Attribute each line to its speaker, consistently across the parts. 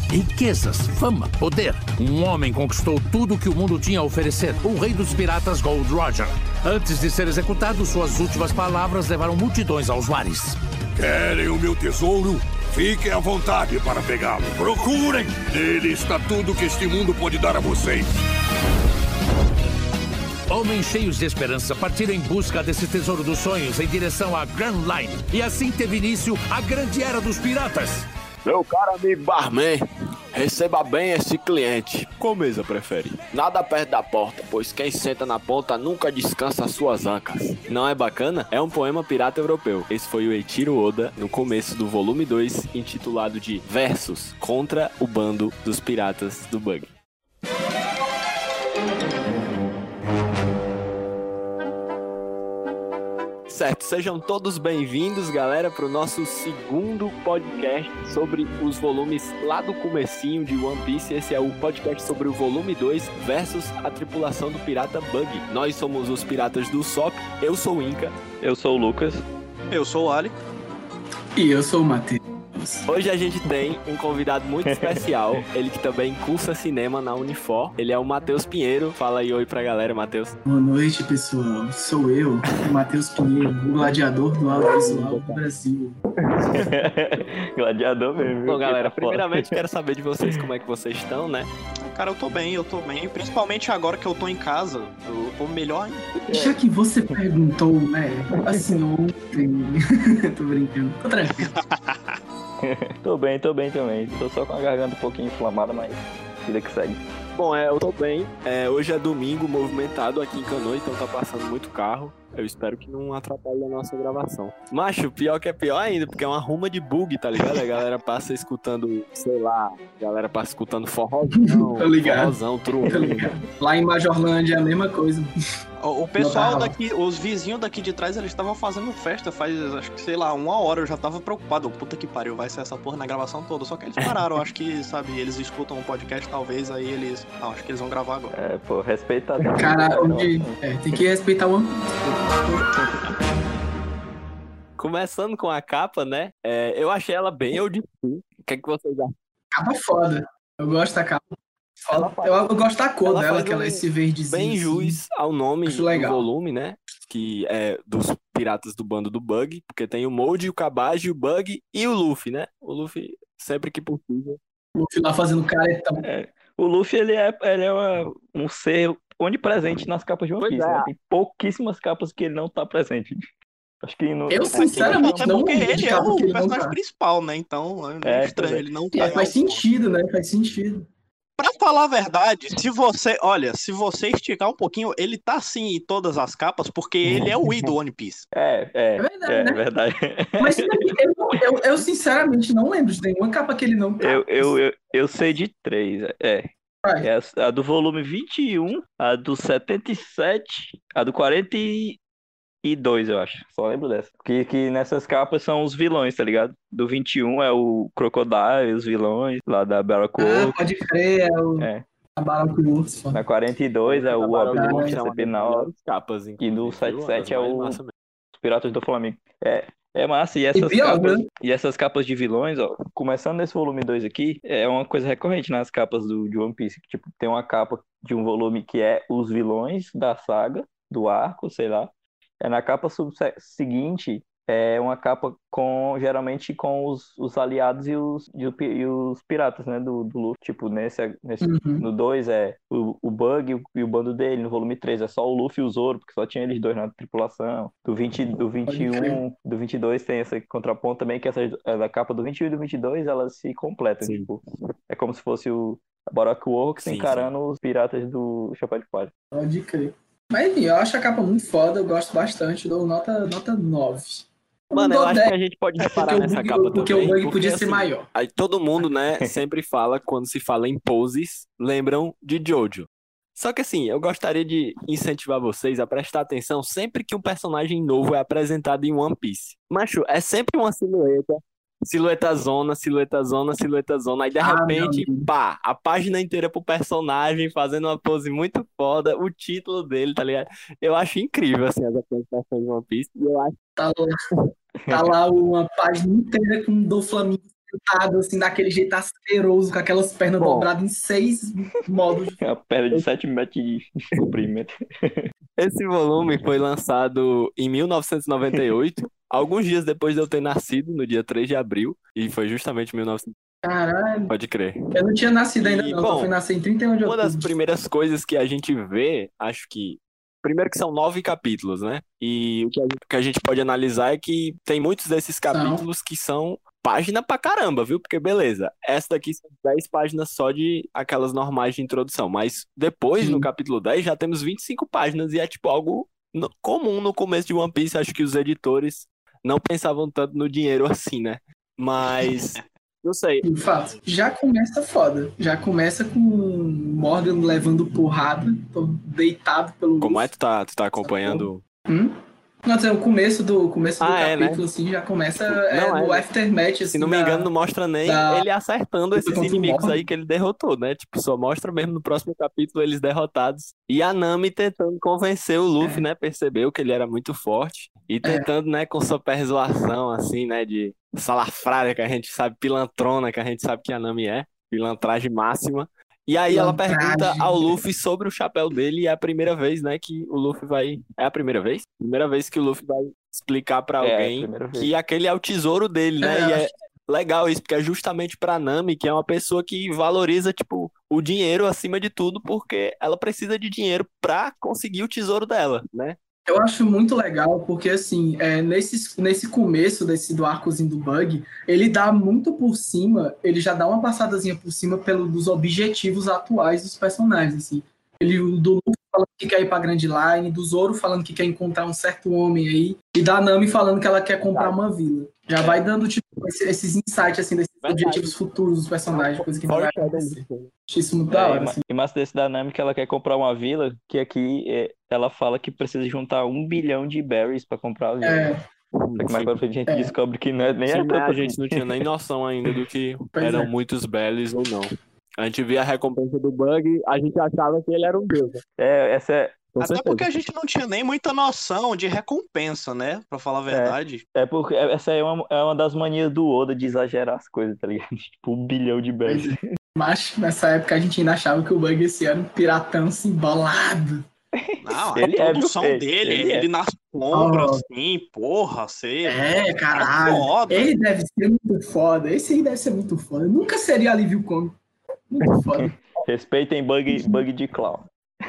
Speaker 1: riquezas, fama, poder. Um homem conquistou tudo que o mundo tinha a oferecer. O rei dos piratas Gold Roger. Antes de ser executado, suas últimas palavras levaram multidões aos mares.
Speaker 2: Querem o meu tesouro? Fiquem à vontade para pegá-lo. Procurem! Nele está tudo que este mundo pode dar a vocês.
Speaker 1: Homens cheios de esperança partiram em busca desse tesouro dos sonhos em direção à Grand Line. E assim teve início a grande era dos piratas.
Speaker 3: Meu caro amigo barman, receba bem esse cliente. Qual mesa prefere? Nada perto da porta, pois quem senta na ponta nunca descansa as suas ancas. Não é bacana? É um poema pirata europeu. Esse foi o Eiichiro Oda no começo do volume 2, intitulado de Versos contra o bando dos piratas do Bug. Certo, sejam todos bem-vindos, galera, para o nosso segundo podcast sobre os volumes lá do comecinho de One Piece. Esse é o podcast sobre o volume 2 versus a tripulação do pirata Bug. Nós somos os piratas do Usopp, eu sou o Inca.
Speaker 4: Eu sou o Lucas.
Speaker 5: Eu sou o Ali.
Speaker 6: E eu sou o Matheus.
Speaker 3: Hoje a gente tem um convidado muito especial, ele que também cursa cinema na Unifor. Ele é o Matheus Pinheiro. Fala aí oi pra galera, Matheus.
Speaker 6: Boa noite, pessoal. Sou eu, o Matheus Pinheiro, o gladiador do audiovisual do Brasil.
Speaker 4: Gladiador mesmo.
Speaker 3: Bom, galera, primeiramente quero saber de vocês como é que vocês estão, né?
Speaker 5: Cara, eu tô bem. Principalmente agora que eu tô em casa, eu tô melhor ainda.
Speaker 6: Já que você perguntou, assim, ontem... Tô brincando. Tô tranquilo.
Speaker 4: Tô bem também. Tô só com a garganta um pouquinho inflamada, mas vida que segue.
Speaker 3: Bom, eu tô bem. Hoje é domingo, movimentado aqui em Canoa, então tá passando muito carro. Eu espero que não atrapalhe a nossa gravação. Macho, pior que é pior ainda, porque é uma ruma de bug, tá ligado? A galera passa escutando, sei lá, a galera passa escutando forrozão, forrozão, truque.
Speaker 6: Lá em Majorlândia é a mesma coisa.
Speaker 5: O pessoal daqui, os vizinhos daqui de trás, eles estavam fazendo festa faz, acho que, sei lá, 1 hora. Eu já tava preocupado. Puta que pariu, vai ser essa porra na gravação toda. Só que eles pararam, acho que, sabe, eles escutam o podcast, talvez, aí eles... Não, acho que eles vão gravar agora.
Speaker 4: Respeita.
Speaker 6: Cara, tem que respeitar o
Speaker 3: Começando com a capa, né? Eu achei ela bem old school. O que é que vocês acham?
Speaker 6: Capa foda. Eu gosto da capa. Eu gosto da cor dela, que ela é esse verdezinho.
Speaker 3: Bem jus ao nome do
Speaker 6: legal.
Speaker 3: volume, né? Que é dos piratas do bando do Bug, porque tem o Mold, o Kabaj, o Bug e o Luffy, né? O Luffy, sempre que possível.
Speaker 6: O Luffy lá fazendo caretão.
Speaker 4: O Luffy, ele é um ser onipresente nas capas de One Piece, né? Tem pouquíssimas capas que ele não tá presente. Acho que
Speaker 6: eu sinceramente não
Speaker 5: porque ele é o
Speaker 6: ele
Speaker 5: personagem principal, né? Então é estranho, ele não tá.
Speaker 6: Faz sentido, né? Faz sentido.
Speaker 5: Pra falar a verdade, se você esticar um pouquinho, ele tá sim em todas as capas, porque ele é o I do One Piece.
Speaker 4: É verdade, né? Verdade.
Speaker 6: Mas eu sinceramente não lembro de nenhuma capa que ele não tá.
Speaker 4: Eu sei de 3, É a do volume 21, a do 77, a do 42, eu acho. Só lembro dessa. Que nessas capas são os vilões, tá ligado? Do 21 é o Crocodile, os vilões lá da Barracuda.
Speaker 6: Pode crer, a Barracuda.
Speaker 4: Na 42 é o Abdul, Cepinal.
Speaker 3: Capas,
Speaker 4: e no 77 é os Piratas do Flamengo. É massa, e essas capas de vilões, ó, começando nesse volume 2 aqui, é uma coisa recorrente nas capas de One Piece, que tipo, tem uma capa de um volume que é os vilões da saga, do arco, sei lá. Na capa seguinte, é uma capa geralmente com os aliados e os piratas, né, do Luffy. Tipo, no 2 é o Bug e o bando dele, no volume 3 é só o Luffy e o Zoro, porque só tinha eles dois na tripulação. Do 21, do 22 tem esse contraponto também, que a capa do 21 e do 22, elas se completam, tipo, é como se fosse o Baroque encarando os piratas do Chapéu de Palha.
Speaker 6: Pode crer. Mas enfim, eu acho a capa muito foda, eu gosto bastante, dou nota 9.
Speaker 3: Mano, eu acho que a gente pode reparar nessa capa também.
Speaker 6: Porque o Bug podia ser maior.
Speaker 3: Aí todo mundo, né, sempre fala, quando se fala em poses, lembram de Jojo. Só que assim, eu gostaria de incentivar vocês a prestar atenção sempre que um personagem novo é apresentado em One Piece. Macho, é sempre uma silhueta zona, aí de repente, pá, a página inteira pro personagem fazendo uma pose muito foda, o título dele, tá ligado? Eu acho incrível, assim, as apresentações de One Piece, e eu acho...
Speaker 6: Tá lá uma página inteira com do Flamengo sentado, assim, daquele jeito asqueroso, com aquelas pernas dobradas em 6 módulos.
Speaker 4: A perna de 7 metros de comprimento.
Speaker 3: Esse volume foi lançado em 1998, alguns dias depois de eu ter nascido, no dia 3 de abril, e foi justamente 1998.
Speaker 6: Caralho.
Speaker 3: Pode crer.
Speaker 6: Eu não tinha nascido ainda, não.
Speaker 3: Bom,
Speaker 6: Eu fui nascer em 31 de
Speaker 3: uma
Speaker 6: outubro.
Speaker 3: das primeiras coisas que a gente vê, acho que. Primeiro que são 9 capítulos, né? E o que a gente pode analisar é que tem muitos desses capítulos que são página pra caramba, viu? Porque beleza, essa daqui são 10 páginas só de aquelas normais de introdução. Mas depois, no capítulo 10, já temos 25 páginas e é tipo algo comum no começo de One Piece. Acho que os editores não pensavam tanto no dinheiro assim, né? Mas. Não sei.
Speaker 6: De fato, já começa foda. Já começa com Morgan levando porrada, tô deitado pelo...
Speaker 3: Como é que tu tá acompanhando?
Speaker 6: Não, o começo do capítulo,
Speaker 3: né?
Speaker 6: assim, já começa
Speaker 3: Não,
Speaker 6: no aftermath, assim,
Speaker 3: se não me engano, não mostra nem ele acertando esses inimigos aí que ele derrotou, né? Tipo, só mostra mesmo no próximo capítulo eles derrotados. E a Nami tentando convencer o Luffy, né? Percebeu que ele era muito forte. E tentando, né, com sua persuasão, assim, né? De salafrária, que a gente sabe, pilantrona, que a gente sabe que a Nami é. Pilantragem máxima. E aí ela pergunta ao Luffy sobre o chapéu dele e é a primeira vez, né, que o Luffy vai... É a primeira vez? Primeira vez que o Luffy vai explicar pra alguém que aquele é o tesouro dele, né? E é legal isso, porque é justamente pra Nami, que é uma pessoa que valoriza, tipo, o dinheiro acima de tudo, porque ela precisa de dinheiro pra conseguir o tesouro dela, né?
Speaker 6: Eu acho muito legal, porque assim, nesse começo do arcozinho do Bug, ele dá muito por cima, ele já dá uma passadazinha por cima dos objetivos atuais dos personagens, assim. Do Luffy falando que quer ir pra Grand Line, do Zoro falando que quer encontrar um certo homem aí, e da Nami falando que ela quer comprar uma vila. Já vai dando, tipo, esses insights, assim, desses objetivos futuros dos personagens, coisa que não vai acontecer. Acho isso muito da hora, assim.
Speaker 4: E massa desse da Nami que ela quer comprar uma vila, que aqui ela fala que precisa juntar 1 bilhão de berries pra comprar a vila. Mas pra frente a gente descobre que não é nem
Speaker 3: tanto. A gente não tinha nem noção ainda do que eram muitos berries ou não. A gente via a recompensa do Bug, a gente achava que ele era um deus.
Speaker 4: Essa é...
Speaker 5: Até porque a gente não tinha nem muita noção de recompensa, né? Pra falar a verdade.
Speaker 4: Porque essa é uma das manias do Oda de exagerar as coisas, tá ligado? Tipo, 1 bilhão de berries.
Speaker 6: Mas nessa época a gente ainda achava que o Bug esse era um piratão assim, bolado.
Speaker 5: Não, a produção dele, ele nas sombras, assim, porra, você...
Speaker 6: caralho. Ele deve ser muito foda. Esse aí deve ser muito foda. Nunca seria alívio cômico. Muito foda.
Speaker 4: Respeitem Bug de clown.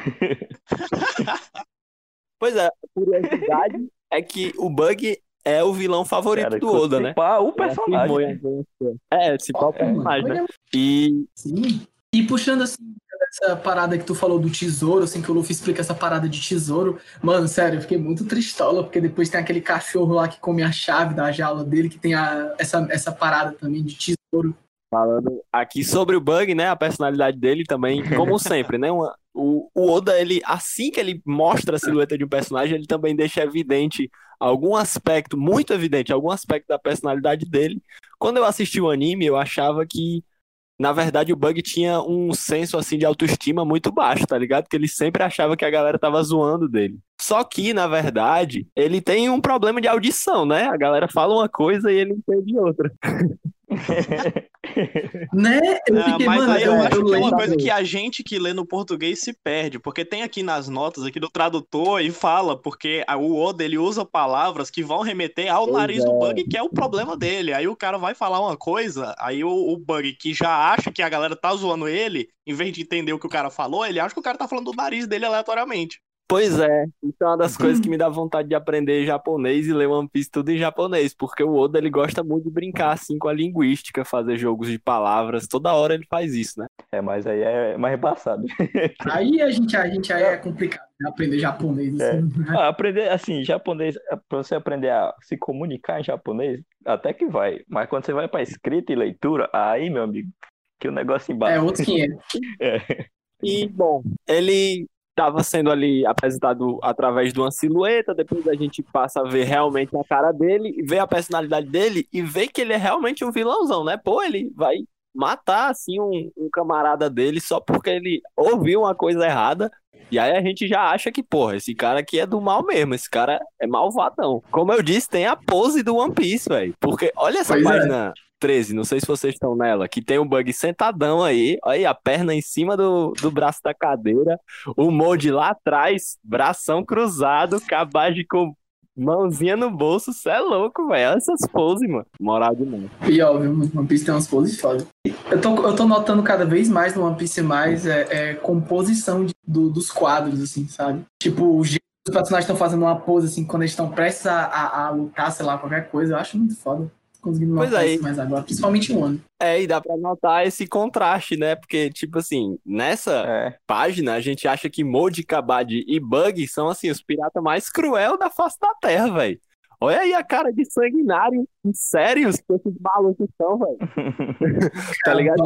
Speaker 3: Pois é, a curiosidade é que o Bug é o vilão favorito do Oda, né?
Speaker 4: O personagem.
Speaker 3: Esse pau personagem, né?
Speaker 6: Sim. E puxando assim, essa parada que tu falou do tesouro, assim, que o Luffy explica essa parada de tesouro, mano, sério, eu fiquei muito tristola, porque depois tem aquele cachorro lá que come a chave da jaula dele, que tem essa parada também de tesouro.
Speaker 3: Falando aqui sobre o Bug, né, a personalidade dele também, como sempre, né, o Oda, ele, assim que ele mostra a silhueta de um personagem, ele também deixa evidente algum aspecto, muito evidente, algum aspecto da personalidade dele. Quando eu assisti o anime, eu achava que, na verdade, o Bug tinha um senso, assim, de autoestima muito baixo, tá ligado? Que ele sempre achava que a galera tava zoando dele. Só que, na verdade, ele tem um problema de audição, né? A galera fala uma coisa e ele entende outra.
Speaker 6: Né?
Speaker 5: Mas aí eu acho que é uma coisa que a gente que lê no português se perde, porque tem aqui nas notas aqui do tradutor e fala, porque o Oda ele usa palavras que vão remeter ao nariz do Bug, que é o problema dele. Aí o cara vai falar uma coisa, aí o Bug que já acha que a galera tá zoando ele, em vez de entender o que o cara falou, ele acha que o cara tá falando do nariz dele aleatoriamente.
Speaker 3: Pois é, isso é uma das coisas que me dá vontade de aprender japonês e ler One Piece tudo em japonês, porque o Oda, ele gosta muito de brincar, assim, com a linguística, fazer jogos de palavras, toda hora ele faz isso, né?
Speaker 4: Mas aí é mais embaçado.
Speaker 6: Aí a gente aí é complicado, né? Aprender japonês, assim.
Speaker 4: Aprender, assim, japonês, pra você aprender a se comunicar em japonês, até que vai, mas quando você vai pra escrita e leitura, aí, meu amigo, que o negócio embaixo.
Speaker 6: É outro 500.
Speaker 3: E, bom, ele estava sendo ali apresentado através de uma silhueta, depois a gente passa a ver realmente a cara dele, ver a personalidade dele e ver que ele é realmente um vilãozão, né? Pô, ele vai matar, assim, um camarada dele só porque ele ouviu uma coisa errada, e aí a gente já acha que, porra, esse cara aqui é do mal mesmo, esse cara é malvadão. Como eu disse, tem a pose do One Piece, velho, porque olha essa página 13, não sei se vocês estão nela, que tem o Bug sentadão aí a perna em cima do braço da cadeira, o Molde lá atrás, bração cruzado, Kabaj com mãozinha no bolso, cê é louco, velho. Olha essas poses, mano. Moral demais.
Speaker 6: E óbvio, One Piece tem umas poses foda. Eu tô notando cada vez mais no One Piece mais composição dos quadros, assim, sabe? Tipo, os personagens estão fazendo uma pose, assim, quando eles estão prestes a lutar, sei lá, qualquer coisa. Eu acho muito foda. Conseguindo notar isso mais agora, principalmente o ano.
Speaker 3: E dá pra notar esse contraste, né? Porque, tipo assim, nessa página, a gente acha que Molde, Kabaj e Bug são, assim, os piratas mais cruel da face da Terra, velho. Olha aí a cara de sanguinário e sérios que esses malucos são, velho. Tá ligado?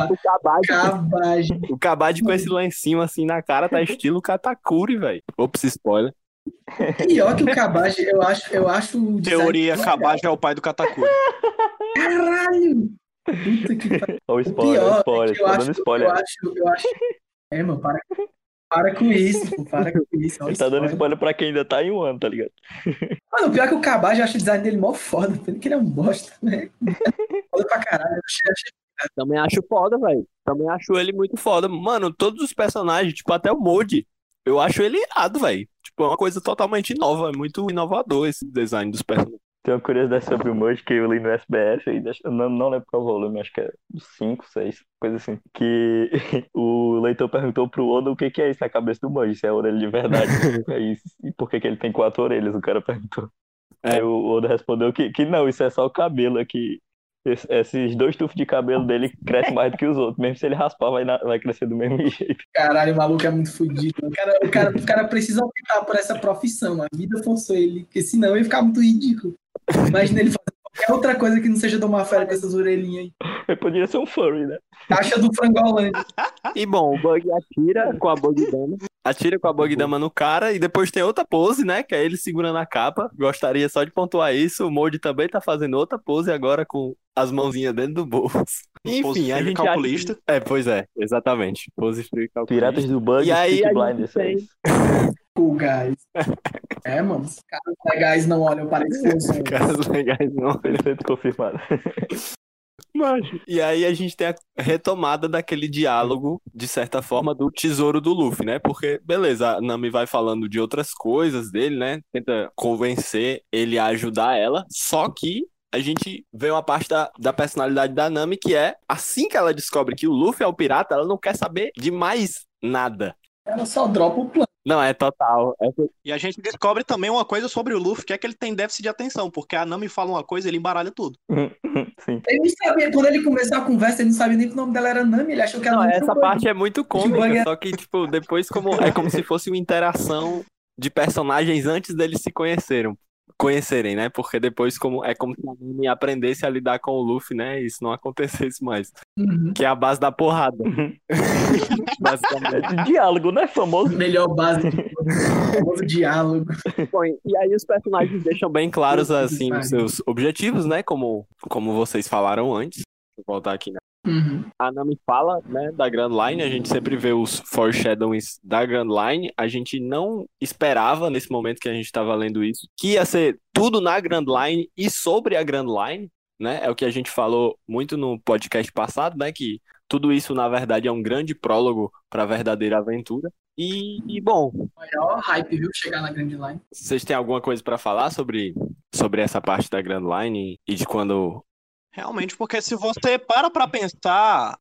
Speaker 3: O Kabaj com esse lá em cima, assim, na cara, tá estilo Katakuri, velho. Ops, spoiler.
Speaker 6: Pior que o Kabaj, eu acho o
Speaker 5: teoria, Kabaj é o pai do Katakuri.
Speaker 6: Caralho! Puta que pariu.
Speaker 4: O spoiler,
Speaker 6: eu acho. Mano, para com isso, pô, para com isso.
Speaker 4: Ele tá dando spoiler pra quem ainda tá em um ano, tá ligado?
Speaker 6: Mano, o pior é que o Kabaj, eu acho o design dele mó foda, pelo que ele é um bosta, né? Foda pra caralho.
Speaker 3: Também acho foda, velho. Também acho ele muito foda. Mano, todos os personagens, tipo, até o Molde, eu acho ele irado, velho. Tipo, é uma coisa totalmente nova, é muito inovador esse design dos personagens.
Speaker 4: Tem uma curiosidade sobre o Molde que eu li no SBS, e eu não lembro qual volume, acho que é 5, 6, coisa assim. Que o leitor perguntou pro Oda o que é isso na cabeça do Molde, se é a orelha de verdade. É isso. E por que ele tem 4 orelhas, o cara perguntou. Aí o Oda respondeu que não, isso é só o cabelo aqui. Esses 2 tufos de cabelo dele crescem mais do que os outros. Mesmo se ele raspar, vai crescer do mesmo jeito.
Speaker 6: Caralho, o maluco é muito fodido. O cara precisa optar por essa profissão. A vida forçou ele, porque senão ele ia ficar muito ridículo. Imagina ele fazer qualquer outra coisa que não seja tomar férias com essas orelhinhas aí.
Speaker 4: Ele poderia ser um furry, né?
Speaker 6: Caixa do Frangolândia.
Speaker 3: E bom, o Bug atira com a Bugdama no cara, e depois tem outra pose, né? Que é ele segurando a capa. Gostaria só de pontuar isso. O Molde também tá fazendo outra pose agora com as mãozinhas dentro do bolso. Enfim,
Speaker 5: pose
Speaker 3: a gente
Speaker 5: calculista.
Speaker 3: Pois é, exatamente. Pose frio calculista.
Speaker 4: Piratas do Bug
Speaker 3: e aí
Speaker 4: Peaky Blinders.
Speaker 6: Cool guys. Mano, os caras legais não olham para esse
Speaker 3: Os caras legais não olham.
Speaker 4: Perfeito, confirmado.
Speaker 3: E aí a gente tem a retomada daquele diálogo, de certa forma, do tesouro do Luffy, né? Porque, beleza, a Nami vai falando de outras coisas dele, né? Tenta convencer ele a ajudar ela, só que a gente vê uma parte da personalidade da Nami que é, assim que ela descobre que o Luffy é o pirata, ela não quer saber de mais nada.
Speaker 6: Ela só dropa o plano.
Speaker 3: Não, é total.
Speaker 5: E a gente descobre também uma coisa sobre o Luffy, que é que ele tem déficit de atenção, porque a Nami fala uma coisa e ele embaralha tudo.
Speaker 4: Sim.
Speaker 6: Ele não sabia, quando ele começou a conversa, ele não sabia nem que o nome dela era Nami, ele achou que era
Speaker 3: Não,
Speaker 6: Nami.
Speaker 3: essa parte é muito cômica, só que, tipo, depois é como se fosse uma interação de personagens antes deles se conhecerem, né? Porque depois é como se a Nami aprendesse a lidar com o Luffy, né? E isso não acontecesse mais. Que é a base da porrada. Basicamente.
Speaker 4: Diálogo, né? Famoso.
Speaker 6: Melhor base. Famoso diálogo.
Speaker 3: Bom, e aí os personagens deixam bem claros, assim, os seus objetivos, né? Como vocês falaram antes. Vou voltar aqui, né? A Nami fala, né, da Grand Line, a gente sempre vê os foreshadowings da Grand Line, a gente não esperava, nesse momento que a gente estava lendo isso, que ia ser tudo na Grand Line e sobre a Grand Line, né, é o que a gente falou muito no podcast passado, né, que tudo isso, na verdade, é um grande prólogo para a verdadeira aventura. E bom...
Speaker 6: Maior hype, viu, chegar na Grand Line.
Speaker 3: Vocês têm alguma coisa para falar sobre essa parte da Grand Line e de quando...
Speaker 5: Realmente, porque se você pra pensar,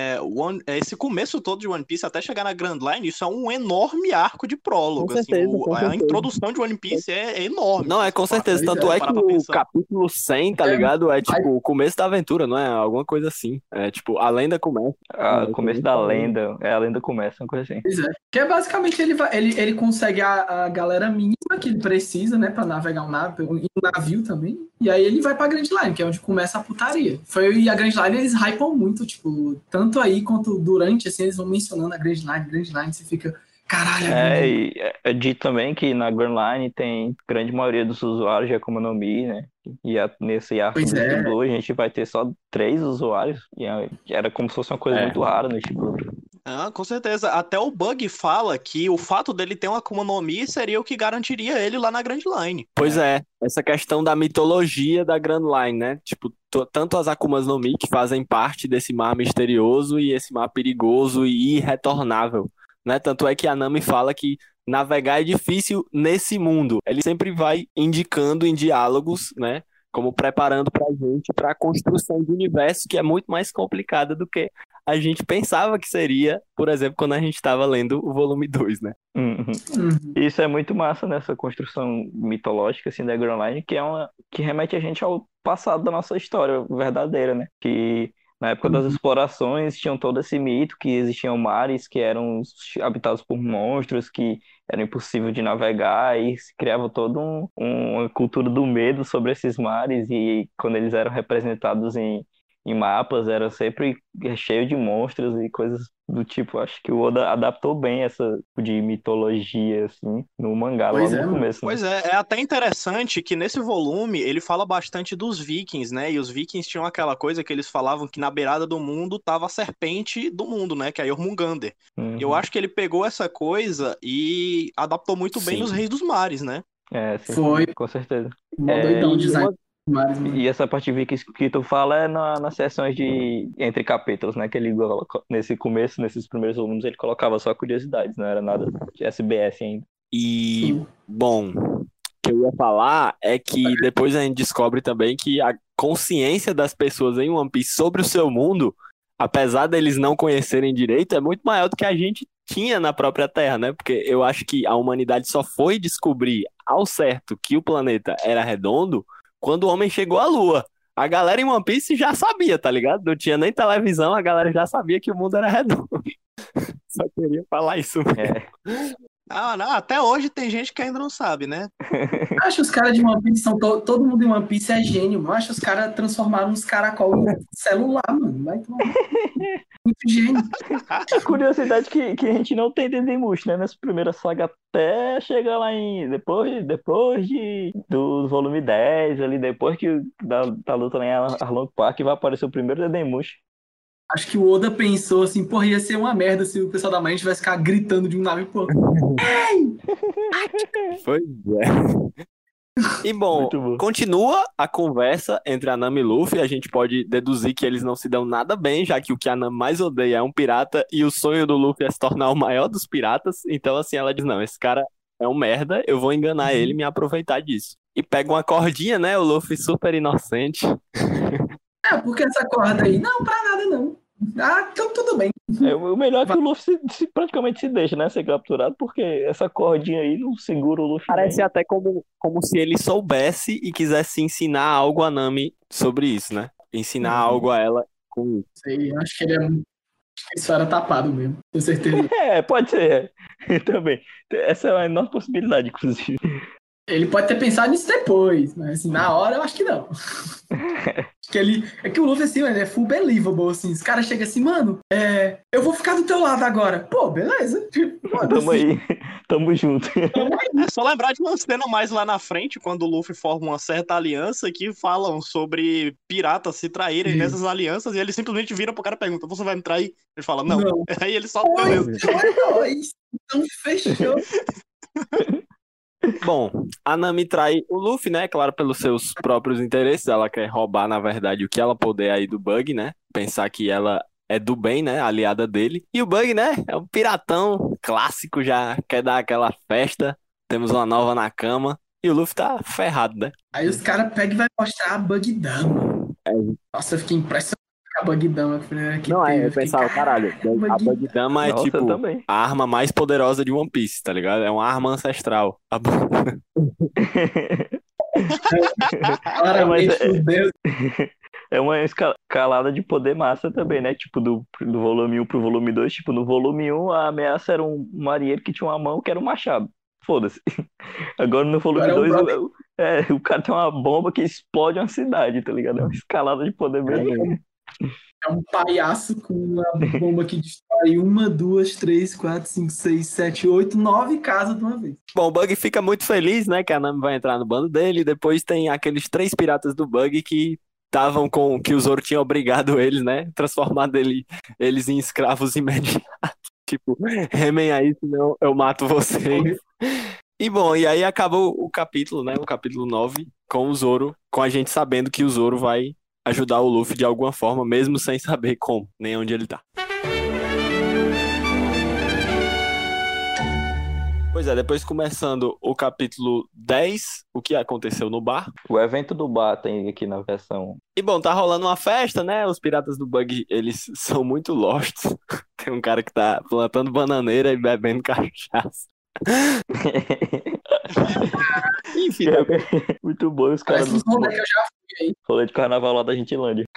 Speaker 5: esse começo todo de One Piece até chegar na Grand Line, isso é um enorme arco de prólogo.
Speaker 3: Com certeza,
Speaker 5: assim,
Speaker 3: com certeza.
Speaker 5: A introdução de One Piece é enorme.
Speaker 3: Não, com certeza. Tanto é que o capítulo 100, tá ligado? É tipo o começo da aventura, não é? Alguma coisa assim. É tipo, a lenda começa.
Speaker 4: O começo da lenda. A lenda começa, uma coisa assim.
Speaker 6: Pois é. Que é basicamente ele consegue a galera mínima que ele precisa, né? Pra navegar um navio também. E aí ele vai pra Grand Line, que é onde começa a putaria. E a Grand Line eles hypam muito, tipo, tanto aí quanto durante, assim, eles vão mencionando a Grand Line, você fica, caralho.
Speaker 4: E é dito também que na Grand Line tem grande maioria dos usuários de Akuma no Mi, né? E nesse arco do Blue a gente vai ter só 3 usuários, e era como se fosse uma coisa muito rara no Shippuden.
Speaker 5: Ah, com certeza. Até o Bug fala que o fato dele ter uma Akuma no Mi seria o que garantiria ele lá na Grand Line.
Speaker 3: Pois é, essa questão da mitologia da Grand Line, né? Tipo, tanto as Akumas no Mi que fazem parte desse mar misterioso e esse mar perigoso e irretornável, né? Tanto é que a Nami fala que navegar é difícil nesse mundo. Ele sempre vai indicando em diálogos, né? Como preparando pra gente para a construção do universo, que é muito mais complicada do que a gente pensava que seria, por exemplo, quando a gente estava lendo o volume 2, né?
Speaker 4: Isso é muito massa nessa construção mitológica assim, da Grand Line, que remete a gente ao passado da nossa história verdadeira, né? Que na época das explorações tinham todo esse mito que existiam mares que eram habitados por monstros, que era impossível de navegar, e se criava toda uma cultura do medo sobre esses mares, e quando eles eram representados em mapas, era sempre cheio de monstros e coisas do tipo. Acho que o Oda adaptou bem essa de mitologia, assim, no mangá logo no começo. Né?
Speaker 5: Pois é até interessante que nesse volume ele fala bastante dos vikings, né? E os vikings tinham aquela coisa que eles falavam que na beirada do mundo tava a serpente do mundo, né? Que é a Jormungandr. Eu acho que ele pegou essa coisa e adaptou muito bem nos Reis dos Mares, né?
Speaker 4: Sim,
Speaker 6: Foi.
Speaker 4: Com certeza.
Speaker 6: Doidão design.
Speaker 4: E essa parte vikings que tu fala é nas sessões de entre capítulos, né? Que ele nesse começo, nesses primeiros volumes, ele colocava só curiosidades, não era nada de SBS ainda.
Speaker 3: E, bom, o que eu ia falar é que depois a gente descobre também que a consciência das pessoas em One Piece sobre o seu mundo, apesar deles não conhecerem direito, é muito maior do que a gente tinha na própria Terra, né? Porque eu acho que a humanidade só foi descobrir ao certo que o planeta era redondo quando o homem chegou à Lua. A galera em One Piece já sabia, tá ligado? Não tinha nem televisão, a galera já sabia que o mundo era redondo. Só queria falar isso mesmo.
Speaker 5: Não, até hoje tem gente que ainda não sabe, né?
Speaker 6: Acho que os caras de One Piece são todo mundo em One Piece é gênio, mano. Acho que os caras transformaram uns caracol em celular, mano. Vai tomar muito gênio.
Speaker 4: A curiosidade que a gente não tem de Dendemushi, né? Nessa primeira saga até chegar lá depois do volume 10, ali, depois que da luta lá em Arlong Park, vai aparecer o primeiro Dendemushi.
Speaker 6: Acho que o Oda pensou assim, porra, ia ser uma merda se o pessoal da Marinha tivesse ficar gritando de um navio pro outro. Ei!
Speaker 3: Pois é. E bom, continua a conversa entre a Nami e Luffy. A gente pode deduzir que eles não se dão nada bem, já que o que a Nami mais odeia é um pirata e o sonho do Luffy é se tornar o maior dos piratas. Então assim, ela diz, não, esse cara é um merda, eu vou enganar ele e me aproveitar disso. E pega uma cordinha, né, o Luffy super inocente.
Speaker 6: Porque essa corda aí, não, pra nada não. Então tudo bem.
Speaker 4: O melhor é que o Luffy praticamente se deixa, né, ser capturado, porque essa cordinha aí não segura o Luffy.
Speaker 3: Parece até como se ele soubesse e quisesse ensinar algo a Nami sobre isso, né? Ensinar algo a ela com isso.
Speaker 6: Sei, acho que isso era tapado mesmo, com certeza.
Speaker 4: Pode ser. Também. Essa é uma enorme possibilidade, inclusive.
Speaker 6: Ele pode ter pensado nisso depois, mas assim, na hora eu acho que não. É que o Luffy, assim, ele é full believable, assim. Os caras chegam assim, mano, eu vou ficar do teu lado agora. Pô, beleza.
Speaker 4: Tamo aí, tamo junto.
Speaker 5: É só lembrar de uma cena mais lá na frente, quando o Luffy forma uma certa aliança, que falam sobre piratas se traírem nessas alianças, e eles simplesmente viram pro cara e perguntam, você vai me trair? Ele fala, não. Aí ele só...
Speaker 6: Então fechou.
Speaker 3: Bom, a Nami trai o Luffy, né? Claro, pelos seus próprios interesses. Ela quer roubar, na verdade, o que ela puder aí do Bug, né? Pensar que ela é do bem, né? Aliada dele. E o Bug, né? É um piratão clássico, já quer dar aquela festa. Temos uma nova na cama. E o Luffy tá ferrado, né?
Speaker 6: Aí os caras pegam e vai mostrar a Bug Dama. Nossa, eu fiquei impressionado com a Bug Dama.
Speaker 3: Eu pensava, caralho, a Bug Dama é tipo a arma mais poderosa de One Piece, tá ligado? É uma arma ancestral.
Speaker 4: É uma escalada de poder massa também, né? Tipo, do volume 1 pro volume 2. Tipo, no volume 1 a ameaça era um marinheiro que tinha uma mão que era um machado. Foda-se. Agora no volume 2 o cara tem uma bomba que explode uma cidade, tá ligado? É uma escalada de poder mesmo.
Speaker 6: É um palhaço com uma bomba que destrói 1, 2, 3, 4, 5, 6, 7, 8, 9 casas de uma vez.
Speaker 3: Bom, o Bug fica muito feliz, né, que a Nami vai entrar no bando dele. Depois tem aqueles 3 piratas do Bug que estavam com que o Zoro tinha obrigado eles, né? Transformado eles em escravos imediatos. Tipo, remem aí, senão eu mato vocês. E bom, e aí acabou o capítulo, né? O capítulo 9, com o Zoro, com a gente sabendo que o Zoro vai ajudar o Luffy de alguma forma, mesmo sem saber como, nem onde ele tá. Pois é, depois começando o capítulo 10, o que aconteceu no bar?
Speaker 4: O evento do bar tem aqui na versão.
Speaker 3: E bom, tá rolando uma festa, né? Os piratas do Bug, eles são muito lost. Tem um cara que tá plantando bananeira e bebendo cachaça. Enfim,
Speaker 4: muito bom os caras do
Speaker 6: rolê que eu já fui aí.
Speaker 4: rolê de carnaval lá da Gentilândia.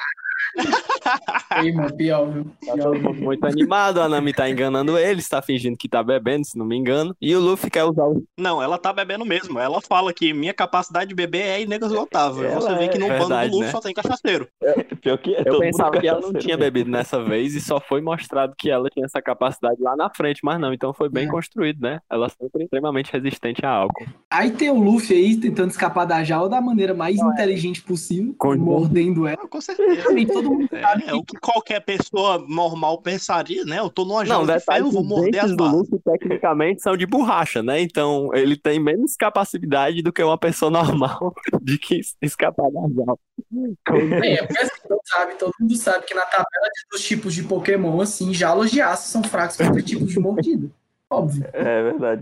Speaker 6: Aí, mano, pior, viu?
Speaker 3: tá todo mundo muito animado, a Nami tá enganando eles, tá fingindo que tá bebendo, se não me engano. E o Luffy quer usar o...
Speaker 5: Não, ela tá bebendo mesmo. Ela fala que minha capacidade de beber é inesgotável. Você vê que no bando
Speaker 3: verdade,
Speaker 5: do Luffy
Speaker 3: né?
Speaker 5: só tem cachaceiro.
Speaker 4: Pior que é,
Speaker 3: Eu
Speaker 4: todo
Speaker 3: pensava
Speaker 4: mundo
Speaker 3: que ela não
Speaker 4: cachaceiro
Speaker 3: tinha
Speaker 4: mesmo.
Speaker 3: bebido nessa vez e só foi mostrado que ela tinha essa capacidade lá na frente, mas não, então foi bem construído, né? Ela sempre extremamente resistente a álcool.
Speaker 6: Aí tem o Luffy aí tentando escapar da jaula da maneira mais inteligente possível, mordendo ela.
Speaker 5: Com certeza.
Speaker 6: Todo mundo sabe
Speaker 5: É o que qualquer pessoa normal pensaria, né? Eu tô numa
Speaker 3: Não,
Speaker 5: jaula de
Speaker 3: detalhe
Speaker 5: ferro,
Speaker 3: que
Speaker 5: vou
Speaker 3: os
Speaker 5: morder as
Speaker 3: dentes do
Speaker 5: barras.
Speaker 3: Luffy tecnicamente são de borracha, né? Então ele tem menos capacidade do que uma pessoa normal de que escapar da jaula.
Speaker 6: porque assim, todo mundo sabe que na tabela dos tipos de Pokémon, assim, jaulas de aço são fracos contra tipos de mordida. Óbvio.
Speaker 4: É verdade.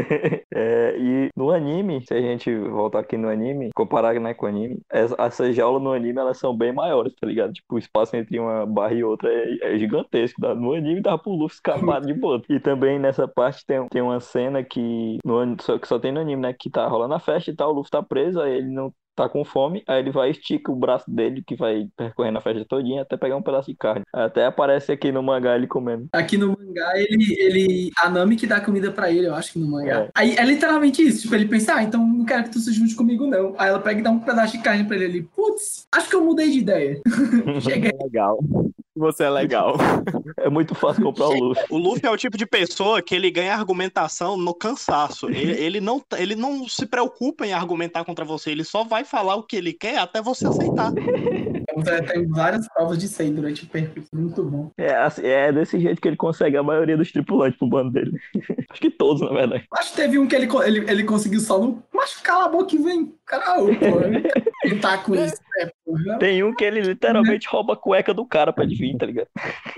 Speaker 4: E no anime, se a gente voltar aqui no anime, comparar, né, com o anime, essas jaulas no anime, elas são bem maiores, tá ligado? Tipo, o espaço entre uma barra e outra é gigantesco. No anime dá pro Luffy escapar de boa. E também nessa parte tem uma cena que só tem no anime, né, que tá rolando a festa e tal, o Luffy tá preso, aí ele não tá com fome, aí ele vai e estica o braço dele, que vai percorrendo a festa todinha, até pegar um pedaço de carne. Até aparece aqui no mangá ele comendo.
Speaker 6: Aqui no mangá, a Nami que dá comida pra ele, eu acho que no mangá.
Speaker 4: É.
Speaker 6: Aí é literalmente isso, tipo, ele pensa, então não quero que tu se junte comigo, não. Aí ela pega e dá um pedaço de carne pra ele, putz, acho que eu mudei de ideia. Chega
Speaker 3: Legal. Você é legal.
Speaker 4: É muito fácil comprar o Luffy.
Speaker 5: O Luffy é o tipo de pessoa que ele ganha argumentação no cansaço. Ele não se preocupa em argumentar contra você, ele só vai falar o que ele quer até você aceitar.
Speaker 6: Tem várias provas de 100 durante o percurso, muito bom.
Speaker 4: É desse jeito que ele consegue a maioria dos tripulantes pro bando dele. Acho que todos, na verdade.
Speaker 6: Acho que teve um que ele conseguiu só no... Mas cala a boca e vem. Caralho, pô. Ele tá com isso, né, porra.
Speaker 4: Tem um que ele literalmente rouba a cueca do cara pra ele vir, tá ligado?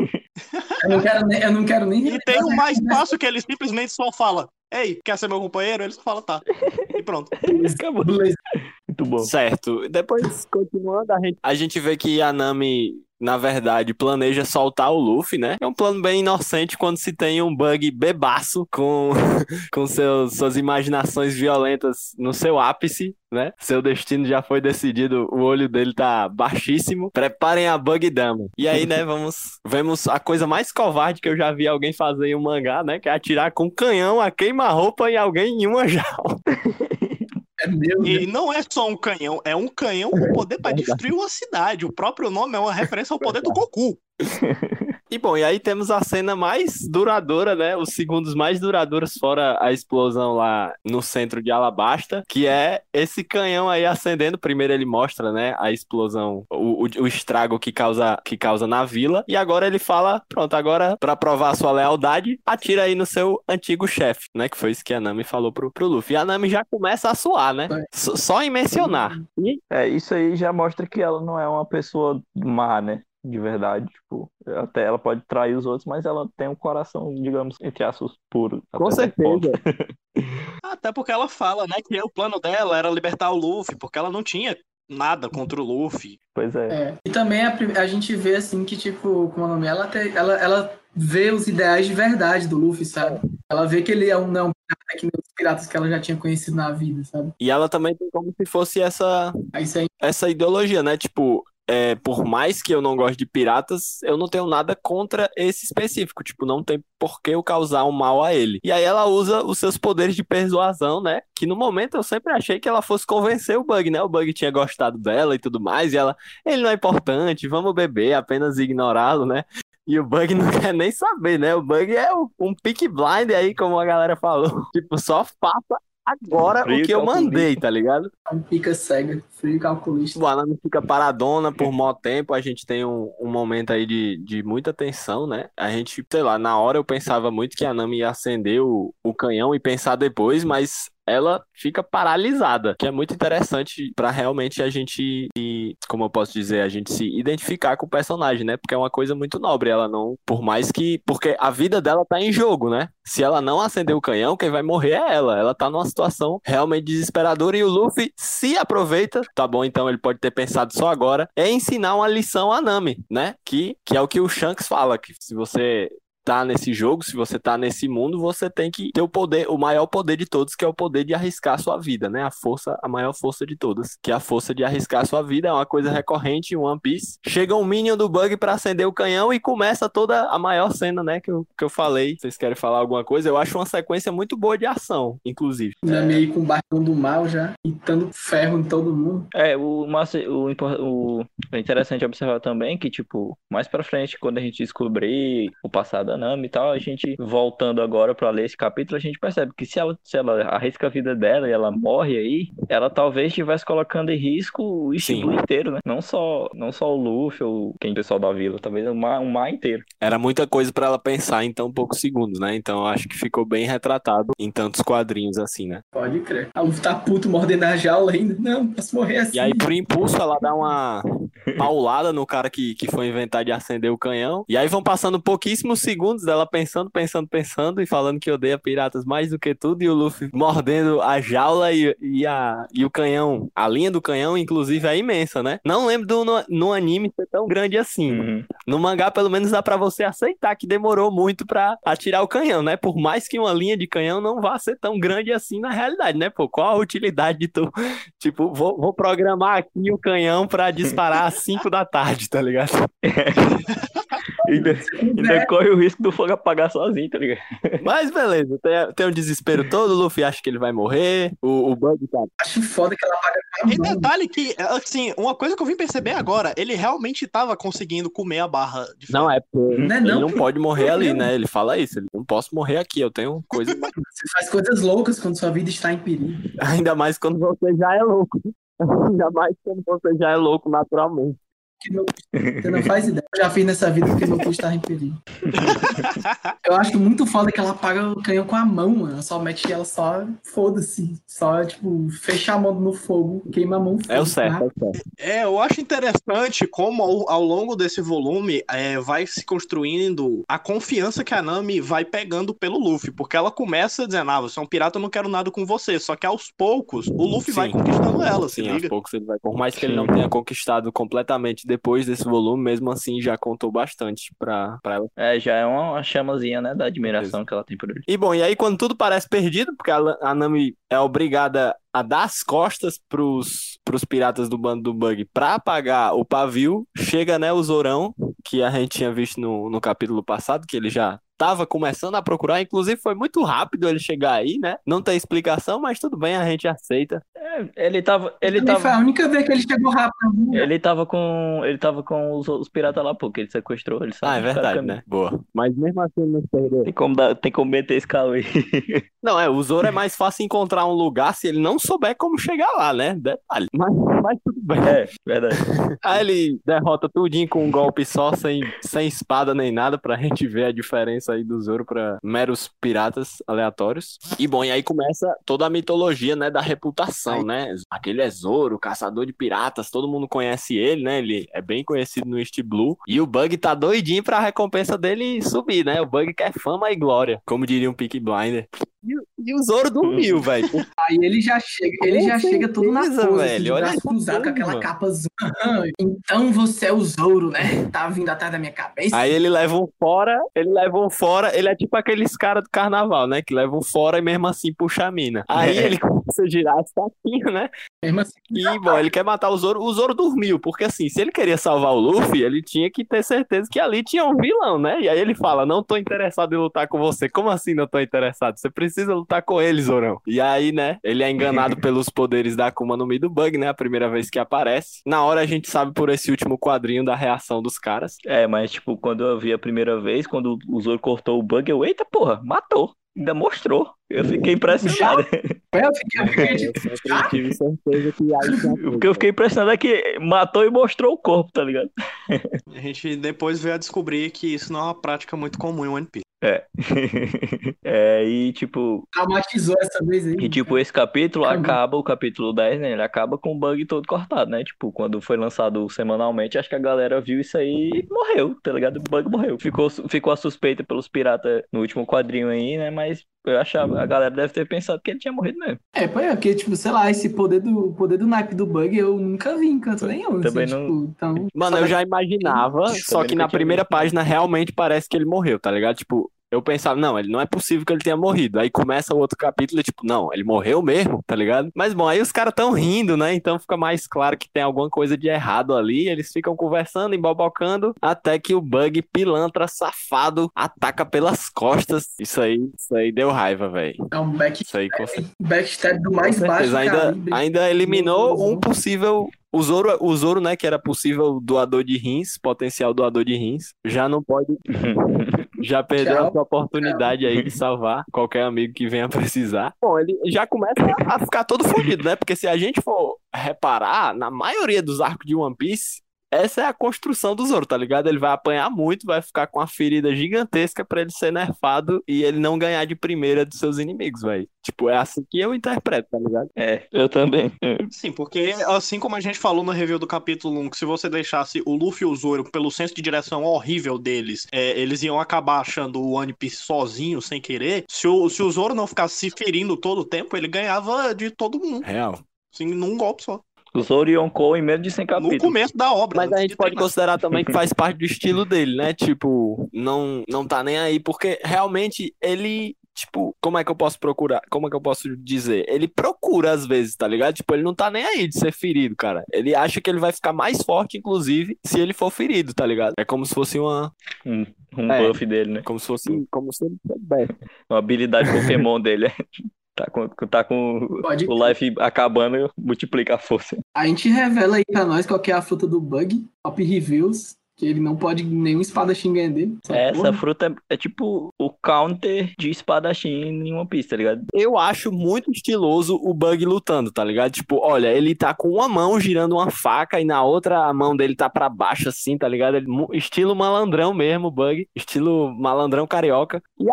Speaker 6: Eu não quero nem...
Speaker 5: E tem o mais fácil que ele simplesmente só fala: ei, quer ser meu companheiro? Ele só fala, tá. E pronto.
Speaker 4: Acabou.
Speaker 6: Beleza.
Speaker 4: Muito bom.
Speaker 3: Certo. Depois, continuando, a gente vê que a Nami, na verdade, planeja soltar o Luffy, né? É um plano bem inocente quando se tem um Bug bebaço com suas imaginações violentas no seu ápice, né? Seu destino já foi decidido, o olho dele tá baixíssimo. Preparem a Bug Dama. E aí, né, vemos a coisa mais covarde que eu já vi alguém fazer em um mangá, né? Que é atirar com um canhão a queima-roupa em alguém em uma jaula.
Speaker 5: E não é só um canhão, é um canhão com poder pra destruir uma cidade. O próprio nome é uma referência ao poder do Goku.
Speaker 3: E bom, e aí temos a cena mais duradoura, né? Os segundos mais duradouros, fora a explosão lá no centro de Alabasta, que é esse canhão aí acendendo. Primeiro ele mostra, né, a explosão, o estrago que causa na vila. E agora ele fala, pronto, agora pra provar a sua lealdade, atira aí no seu antigo chefe, né? Que foi isso que a Nami falou pro Luffy. E a Nami já começa a suar, né? Só em mencionar. E...
Speaker 4: isso aí já mostra que ela não é uma pessoa má, né? De verdade, tipo, até ela pode trair os outros, mas ela tem um coração, digamos, entre aspas, puro.
Speaker 3: Com certeza.
Speaker 5: Até porque ela fala, né, que o plano dela era libertar o Luffy, porque ela não tinha nada contra o Luffy.
Speaker 4: Pois é.
Speaker 6: E também a gente vê, assim, que, tipo, como o nome, ela vê os ideais de verdade do Luffy, sabe? Ela vê que ele é um pirata que nem os piratas que ela já tinha conhecido na vida, sabe?
Speaker 3: E ela também tem como se fosse essa ideologia, né? Tipo, por mais que eu não goste de piratas, eu não tenho nada contra esse específico. Tipo, não tem por que eu causar um mal a ele. E aí ela usa os seus poderes de persuasão, né? Que no momento eu sempre achei que ela fosse convencer o Bug, né? O Bug tinha gostado dela e tudo mais. E ele não é importante, vamos beber, apenas ignorá-lo, né? E o Bug não quer nem saber, né? O Bug é um pick blind aí, como a galera falou. Tipo, só faça agora
Speaker 4: Frio
Speaker 3: o que eu
Speaker 4: calculista.
Speaker 3: mandei, tá ligado?
Speaker 6: Fica cega, frio calculista.
Speaker 3: O Anami fica paradona por mó tempo, a gente tem um momento aí de muita tensão, né? A gente, sei lá, na hora eu pensava muito que a Nami ia acender o canhão e pensar depois, mas ela fica paralisada, que é muito interessante pra realmente a gente, como eu posso dizer, a gente se identificar com o personagem, né? Porque é uma coisa muito nobre, ela não, por mais que, porque a vida dela tá em jogo, né? Se ela não acender o canhão, quem vai morrer é ela tá numa situação realmente desesperadora e o Luffy se aproveita, tá bom, então ele pode ter pensado só agora, é ensinar uma lição a Nami, né? Que é o que o Shanks fala, que se você tá nesse jogo, se você tá nesse mundo, você tem que ter o poder, o maior poder de todos, que é o poder de arriscar a sua vida, né? A maior força de todas, que é a força de arriscar a sua vida, é uma coisa recorrente em One Piece. Chega um Minion do Bug pra acender o canhão e começa toda a maior cena, né, que eu falei. Vocês querem falar alguma coisa? Eu acho uma sequência muito boa de ação, inclusive.
Speaker 6: Nami aí com o bastão do mal já, pitando ferro em todo mundo.
Speaker 4: O interessante observar também que, tipo, mais pra frente, quando a gente descobrir o passado da Nami e tal, a gente, voltando agora pra ler esse capítulo, a gente percebe que se ela arrisca a vida dela e ela morre aí, ela talvez estivesse colocando em risco o East Blue inteiro, né? Não só o Luffy ou quem é o pessoal da vila, talvez o mar inteiro.
Speaker 3: Era muita coisa pra ela pensar em tão poucos segundos, né? Então eu acho que ficou bem retratado em tantos quadrinhos assim, né?
Speaker 6: Pode crer. A Luffy tá puto, mordendo a jaula ainda. Não, posso morrer assim.
Speaker 3: E aí, por impulso, ela dá uma paulada no cara que foi inventar de acender o canhão. E aí vão passando pouquíssimos segundos dela pensando e falando que odeia piratas mais do que tudo. E o Luffy mordendo a jaula e o canhão. A linha do canhão, inclusive, é imensa, né? Não lembro no anime ser tão grande assim.
Speaker 4: Uhum.
Speaker 3: No mangá, pelo menos, dá pra você aceitar que demorou muito pra atirar o canhão, né? Por mais que uma linha de canhão não vá ser tão grande assim na realidade, né? Pô, qual a utilidade de tu... Tipo, vou programar aqui o canhão pra disparar às 5 da tarde, tá ligado?
Speaker 4: Ainda corre o risco do fogo apagar sozinho, tá ligado?
Speaker 3: Mas beleza, tem um desespero todo, o Luffy acha que ele vai morrer, o Bug tá...
Speaker 6: Acho foda que ela paga com a
Speaker 5: E
Speaker 6: mão.
Speaker 5: detalhe que, assim, uma coisa que eu vim perceber agora, ele realmente tava conseguindo comer a barra de ferro.
Speaker 3: Não, é porque
Speaker 6: Não é
Speaker 3: ele
Speaker 6: não,
Speaker 3: não
Speaker 6: pô.
Speaker 3: pode morrer ali, né? Ele fala isso, ele não posso morrer aqui, eu tenho coisa...
Speaker 6: Você faz coisas loucas quando sua vida está em perigo.
Speaker 3: Ainda mais quando você já é louco. Ainda mais quando você já é louco naturalmente.
Speaker 6: Você não faz ideia. Eu já fiz nessa vida porque meu cu estava em perigo. Eu acho muito foda que ela apaga o canhão com a mão, mano. Ela só mete ela só, foda-se. Só, tipo, fecha a mão no fogo, queima a mão.
Speaker 3: É o certo, é o certo.
Speaker 5: Eu acho interessante como ao longo desse volume vai se construindo a confiança que a Nami vai pegando pelo Luffy, porque ela começa dizendo, você é um pirata, eu não quero nada com você, só que aos poucos o Luffy vai conquistando ela, se
Speaker 3: Sim,
Speaker 5: liga?
Speaker 3: aos poucos ele vai. Por mais que ele não tenha conquistado completamente depois desse volume, mesmo assim já contou bastante pra ela.
Speaker 4: Já é uma chamazinha, né, da admiração que ela tem por ele.
Speaker 3: E bom, e aí quando tudo parece perdido, porque a Nami é obrigada a dar as costas pros piratas do bando do Bug pra apagar o pavio, chega, né, o Zorão, que a gente tinha visto no capítulo passado, que ele já tava começando a procurar, inclusive foi muito rápido ele chegar aí, né? Não tem explicação, mas tudo bem, a gente aceita.
Speaker 4: Ele tava
Speaker 6: Foi a única vez que ele chegou rápido.
Speaker 4: Ele tava com os piratas lá, pô, que ele sequestrou. Ele sabe
Speaker 3: É verdade, né? Boa. Mas mesmo assim ele não se perdeu.
Speaker 4: Tem como meter esse carro aí.
Speaker 3: Não, o Zoro é mais fácil encontrar um lugar se ele não souber como chegar lá, né? Detalhe. Mas tudo bem.
Speaker 4: Verdade.
Speaker 3: Aí ele derrota tudinho com um golpe só, sem espada nem nada, pra gente ver a diferença aí do Zoro pra meros piratas aleatórios. E bom, e aí começa toda a mitologia, né, da reputação, né? Aquele é Zoro, caçador de piratas, todo mundo conhece ele, né? Ele é bem conhecido no East Blue. E o Bug tá doidinho pra recompensa dele subir, né? O Bug quer fama e glória, como diria um Peaky Blinder. E o Zoro dormiu, velho.
Speaker 6: Aí ele já chega todo na pose,
Speaker 3: velho. Olha
Speaker 6: cruzado com aquela capa azul. Então você é o Zoro, né? Tá vindo atrás da minha cabeça.
Speaker 3: Aí ele leva um fora, ele é tipo aqueles caras do carnaval, né? Que levam fora e mesmo assim puxa a mina. Aí ele começa a girar as taquinhas, né?
Speaker 6: Mesmo assim.
Speaker 3: E, bom, ele quer matar o Zoro dormiu, porque assim, se ele queria salvar o Luffy, ele tinha que ter certeza que ali tinha um vilão, né? E aí ele fala, não tô interessado em lutar com você. Como assim não tô interessado? Você precisa lutar com ele, Zorão. E aí, né, ele é enganado pelos poderes da Akuma no Mi do Bug, né? A primeira vez que aparece. Na hora a gente sabe por esse último quadrinho da reação dos caras.
Speaker 4: Mas tipo, quando eu vi a primeira vez, quando o Zoro cortou o Bug, eita porra, matou. Ainda mostrou. Eu fiquei impressionado.
Speaker 6: Eu fiquei
Speaker 3: Eu tive certeza que aí
Speaker 4: O que eu fiquei impressionado é que matou e mostrou o corpo, tá ligado?
Speaker 5: A gente depois veio a descobrir que isso não é uma prática muito comum em One Piece.
Speaker 4: E tipo...
Speaker 6: Traumatizou essa vez aí.
Speaker 4: E tipo, esse capítulo acaba, o capítulo 10, né? Ele acaba com o bug todo cortado, né? Tipo, quando foi lançado semanalmente, acho que a galera viu isso aí e morreu, tá ligado? O bug morreu. Ficou a suspeita pelos piratas no último quadrinho aí, né? Mas eu achava, a galera deve ter pensado que ele tinha morrido mesmo.
Speaker 6: Porque, tipo, sei lá, esse poder do naipe do bug eu nunca vi em canto nenhum.
Speaker 4: Também
Speaker 6: assim,
Speaker 4: não...
Speaker 6: tipo, então...
Speaker 3: Mano, eu já imaginava, só que na primeira página realmente parece que ele morreu, tá ligado? Tipo, eu pensava, não, ele não é possível que ele tenha morrido. Aí começa o outro capítulo e tipo, não, ele morreu mesmo, tá ligado? Mas bom, aí os caras tão rindo, né? Então fica mais claro que tem alguma coisa de errado ali. Eles ficam conversando, embobocando, até que o Bug pilantra safado ataca pelas costas. Isso aí deu raiva, velho.
Speaker 6: É um
Speaker 3: backstab
Speaker 6: do mais baixo
Speaker 3: ainda eliminou um possível... O Zoro, né, que era possível doador de rins, potencial doador de rins, já não pode... Já perdeu a sua oportunidade aí de salvar qualquer amigo que venha precisar. Bom, ele já começa a ficar todo fodido, né? Porque se a gente for reparar, na maioria dos arcos de One Piece, essa é a construção do Zoro, tá ligado? Ele vai apanhar muito, vai ficar com uma ferida gigantesca pra ele ser nerfado e ele não ganhar de primeira dos seus inimigos, velho. Tipo, é assim que eu interpreto, tá ligado?
Speaker 4: Eu também.
Speaker 5: Sim, porque assim como a gente falou no review do capítulo 1, que se você deixasse o Luffy e o Zoro pelo senso de direção horrível deles, eles iam acabar achando o One Piece sozinho, sem querer. Se o Zoro não ficasse se ferindo todo o tempo, ele ganhava de todo mundo.
Speaker 3: Real.
Speaker 5: Assim, num golpe só.
Speaker 4: O Zoro Yonkou em menos de 100 capítulos.
Speaker 5: No começo da obra.
Speaker 3: Mas a gente pode considerar também que faz parte do estilo dele, né? Tipo, não tá nem aí, porque realmente ele... Tipo, como é que eu posso procurar? Como é que eu posso dizer? Ele procura às vezes, tá ligado? Tipo, ele não tá nem aí de ser ferido, cara. Ele acha que ele vai ficar mais forte, inclusive, se ele for ferido, tá ligado? É como se fosse uma...
Speaker 4: Um buff dele, né?
Speaker 3: Como se ele soubesse.
Speaker 4: Uma habilidade Pokémon dele, Tá com o life acabando, multiplica a força.
Speaker 6: A gente revela aí pra nós qual que é a fruta do Bug, Top Reviews, que ele não pode nenhum espadachim ganhar dele.
Speaker 4: Essa fruta é tipo o counter de espadachim em One Piece, tá ligado?
Speaker 3: Eu acho muito estiloso o Bug lutando, tá ligado? Tipo, olha, ele tá com uma mão girando uma faca e na outra a mão dele tá pra baixo assim, tá ligado? Estilo malandrão mesmo, Bug. Estilo malandrão carioca. E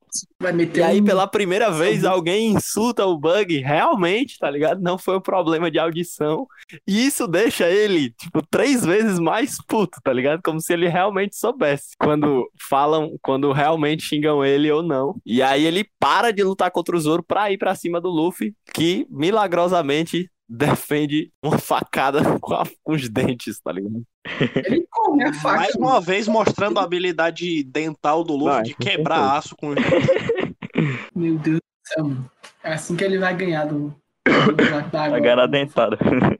Speaker 3: aí, pela primeira vez, alguém insulta o Bug, realmente, tá ligado? Não foi um problema de audição. E isso deixa ele, tipo, 3 vezes mais puto, tá ligado? Como se ele realmente soubesse quando realmente xingam ele ou não. E aí ele para de lutar contra o Zoro pra ir pra cima do Luffy, que milagrosamente defende uma facada com os dentes, tá ligado?
Speaker 6: Ele come a faca.
Speaker 5: Mais uma vez mostrando a habilidade dental do Luffy de quebrar aço com os dentes.
Speaker 6: Meu Deus do céu, mano. É assim que ele vai ganhar do
Speaker 4: Vai ganhar a dentada.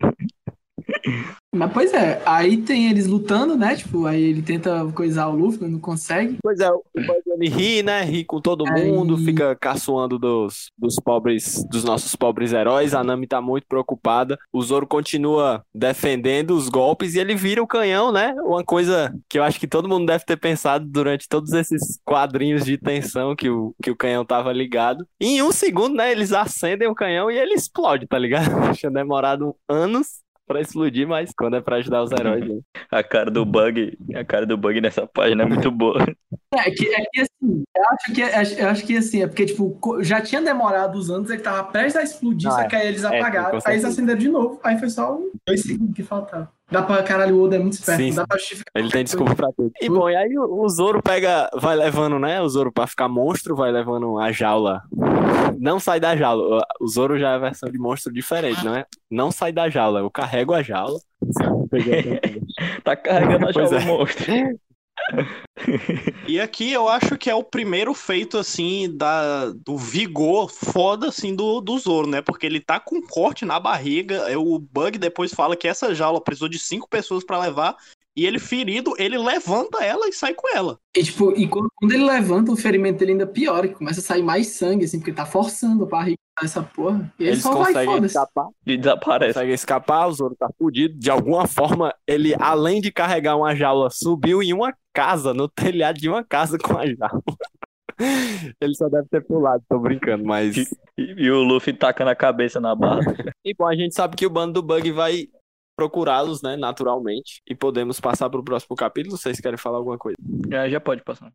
Speaker 6: Mas, pois é, aí tem eles lutando, né? Tipo, aí ele tenta coisar o Luffy, mas não consegue.
Speaker 3: Pois é, o Bug ri, né? Ri com todo mundo, fica caçoando dos nossos pobres heróis. A Nami tá muito preocupada. O Zoro continua defendendo os golpes e ele vira o canhão, né? Uma coisa que eu acho que todo mundo deve ter pensado durante todos esses quadrinhos de tensão que o canhão tava ligado. E em 1 segundo, né? Eles acendem o canhão e ele explode, tá ligado? Tinha demorado anos pra explodir, mas quando é pra ajudar os heróis, né?
Speaker 4: A cara do Bug nessa página é muito boa.
Speaker 6: É que assim, eu acho que assim, é porque, tipo, já tinha demorado os anos, ele tava prestes a explodir, só que aí eles apagaram, aí eles acenderam de novo, aí foi só 2 segundos que faltava. Dá pra caralho, o Oda é muito esperto,
Speaker 3: sim,
Speaker 6: dá pra justificar.
Speaker 3: Ele tem desculpa pra tudo. E bom, e aí o Zoro vai levando, né? O Zoro pra ficar monstro, vai levando a jaula. Não sai da jaula. O Zoro já é a versão de monstro diferente, não é? Não sai da jaula. Eu carrego a jaula.
Speaker 4: Tá carregando a jaula, monstro.
Speaker 5: E aqui eu acho que é o primeiro feito, assim, do vigor foda, assim, do Zoro, né? Porque ele tá com um corte na barriga. O Bug depois fala que essa jaula precisou de 5 pessoas pra levar. E ele ferido, ele levanta ela e sai com ela.
Speaker 6: E tipo, quando ele levanta, o ferimento dele ainda piora, que começa a sair mais sangue, assim, porque ele tá forçando a barriga essa porra. E ele só vai, foda-se.
Speaker 3: Escapar.
Speaker 4: E desaparece.
Speaker 3: Consegue escapar, o Zoro tá fudido. De alguma forma, ele, além de carregar uma jaula, subiu em uma casa, no telhado de uma casa com a jaula. Ele só deve ter pulado, tô brincando, mas...
Speaker 4: E o Luffy tacando a cabeça na barra.
Speaker 3: E bom, a gente sabe que o bando do Bug vai procurá-los, né, naturalmente. E podemos passar pro próximo capítulo. Vocês querem falar alguma coisa?
Speaker 4: Já pode passar.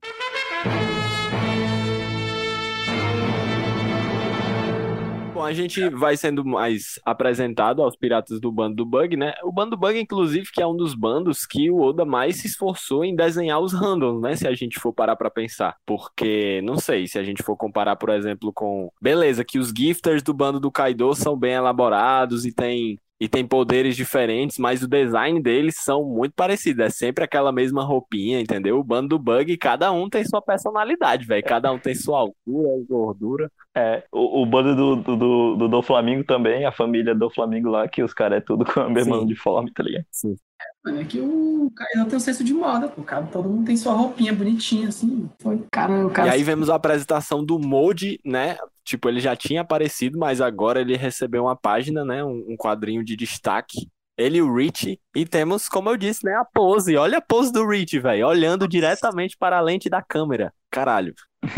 Speaker 3: Bom, a gente vai sendo mais apresentado aos piratas do bando do Bug, né? O bando do Bug, inclusive, que é um dos bandos que o Oda mais se esforçou em desenhar os randoms, né? Se a gente for parar pra pensar. Porque, não sei, se a gente for comparar, por exemplo, com... Beleza, que os gifters do bando do Kaido são bem elaborados e tem poderes diferentes, mas o design deles são muito parecidos. É sempre aquela mesma roupinha, entendeu? O bando do Bug, cada um tem sua personalidade, velho. Cada um tem sua altura, gordura.
Speaker 4: O bando do Flamengo também, a família do Flamengo lá, que os caras é tudo com a mesma uniforme, tá ligado?
Speaker 3: Sim.
Speaker 6: Mano, é que o Kaido tem um senso de moda, pô. Cara, todo mundo tem sua roupinha bonitinha, assim. O cara...
Speaker 3: E aí vemos a apresentação do Moji, né? Tipo, ele já tinha aparecido, mas agora ele recebeu uma página, né? Um quadrinho de destaque. Ele e o Rich. E temos, como eu disse, né? A pose. Olha a pose do Rich, velho. Olhando diretamente para a lente da câmera. Caralho.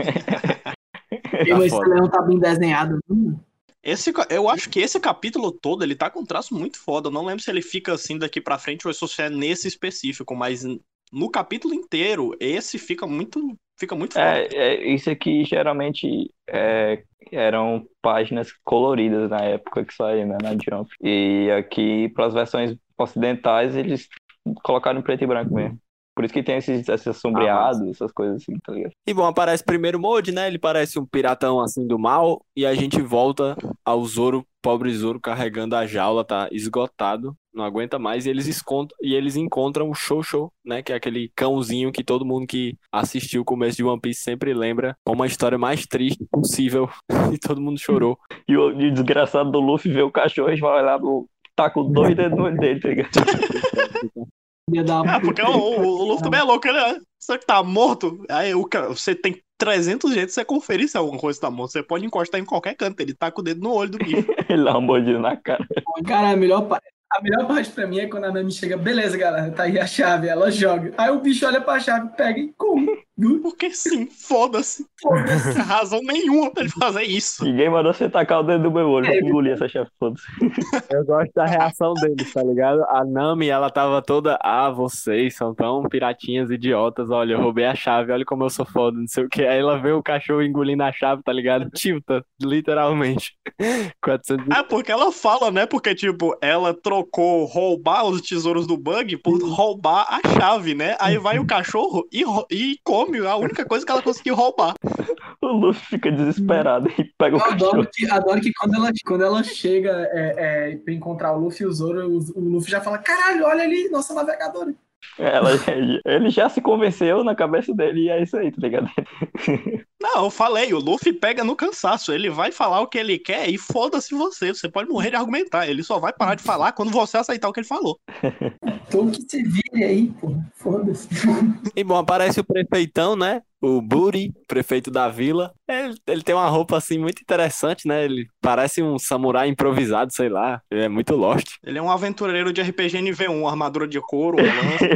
Speaker 6: Esse leão tá bem desenhado.
Speaker 5: Eu acho que esse capítulo todo, ele tá com um traço muito foda. Eu não lembro se ele fica assim daqui pra frente ou se é nesse específico, mas no capítulo inteiro, esse fica muito foda.
Speaker 4: Isso aqui geralmente eram páginas coloridas na época que saiu, né, na Jump. E aqui, para as versões ocidentais, eles colocaram em preto e branco mesmo. Por isso que tem esses sombreados, essas coisas assim, tá ligado?
Speaker 3: E bom, aparece primeiro o Moji, né? Ele parece um piratão assim do mal. E a gente volta ao Zoro, pobre Zoro, carregando a jaula, tá esgotado, não aguenta mais. E eles encontram o Shou, né? Que é aquele cãozinho que todo mundo que assistiu o começo de One Piece sempre lembra como a história mais triste possível. E todo mundo chorou.
Speaker 4: E o desgraçado do Luffy vê o cachorro e vai olhar tá com 2 dedos no olho dele, tá ligado?
Speaker 5: Porque o Luffy também é louco, né? Você que tá morto, aí você tem 300 jeitos de você conferir se alguma coisa tá morto. Você pode encostar em qualquer canto, ele tá com o dedo no olho do bicho.
Speaker 4: Ele dá uma mordida na cara.
Speaker 6: Cara, a melhor parte pra mim é quando a Nami chega, beleza, galera, tá aí a chave, ela joga. Aí o bicho olha pra chave, pega e come.
Speaker 5: Porque sim, foda-se. Não tem razão nenhuma pra ele fazer isso.
Speaker 4: Ninguém mandou você tacar o dedo no meu olho, vou engolir essa chave, foda-se.
Speaker 3: Eu gosto da reação deles, tá ligado? A Nami, ela tava toda, vocês são tão piratinhas idiotas, olha, eu roubei a chave, olha como eu sou foda, não sei o que. Aí ela vê o cachorro engolindo a chave, tá ligado? Tilta, literalmente. 400...
Speaker 5: porque ela fala, né? Porque, tipo, ela trocou roubar os tesouros do Bug por roubar a chave, né? Aí vai o cachorro e come a única coisa que ela conseguiu roubar.
Speaker 4: O Luffy fica desesperado e pega o cachorro.
Speaker 6: Adoro que quando ela chega pra encontrar o Luffy e o Zoro, o Luffy já fala, caralho, olha ali, nossa navegadora.
Speaker 4: Ele já se convenceu na cabeça dele e é isso aí, tá ligado?
Speaker 5: Não, eu falei, o Luffy pega no cansaço, ele vai falar o que ele quer e foda-se você pode morrer de argumentar, ele só vai parar de falar quando você aceitar o que ele falou.
Speaker 6: Então que se vire aí, pô, foda-se.
Speaker 3: E bom, aparece o prefeitão, né? O Buri, prefeito da vila. Ele tem uma roupa assim muito interessante, né? Ele parece um samurai improvisado, sei lá. Ele é muito Lost.
Speaker 5: Ele é um aventureiro de RPG NV1, armadura de couro, lança.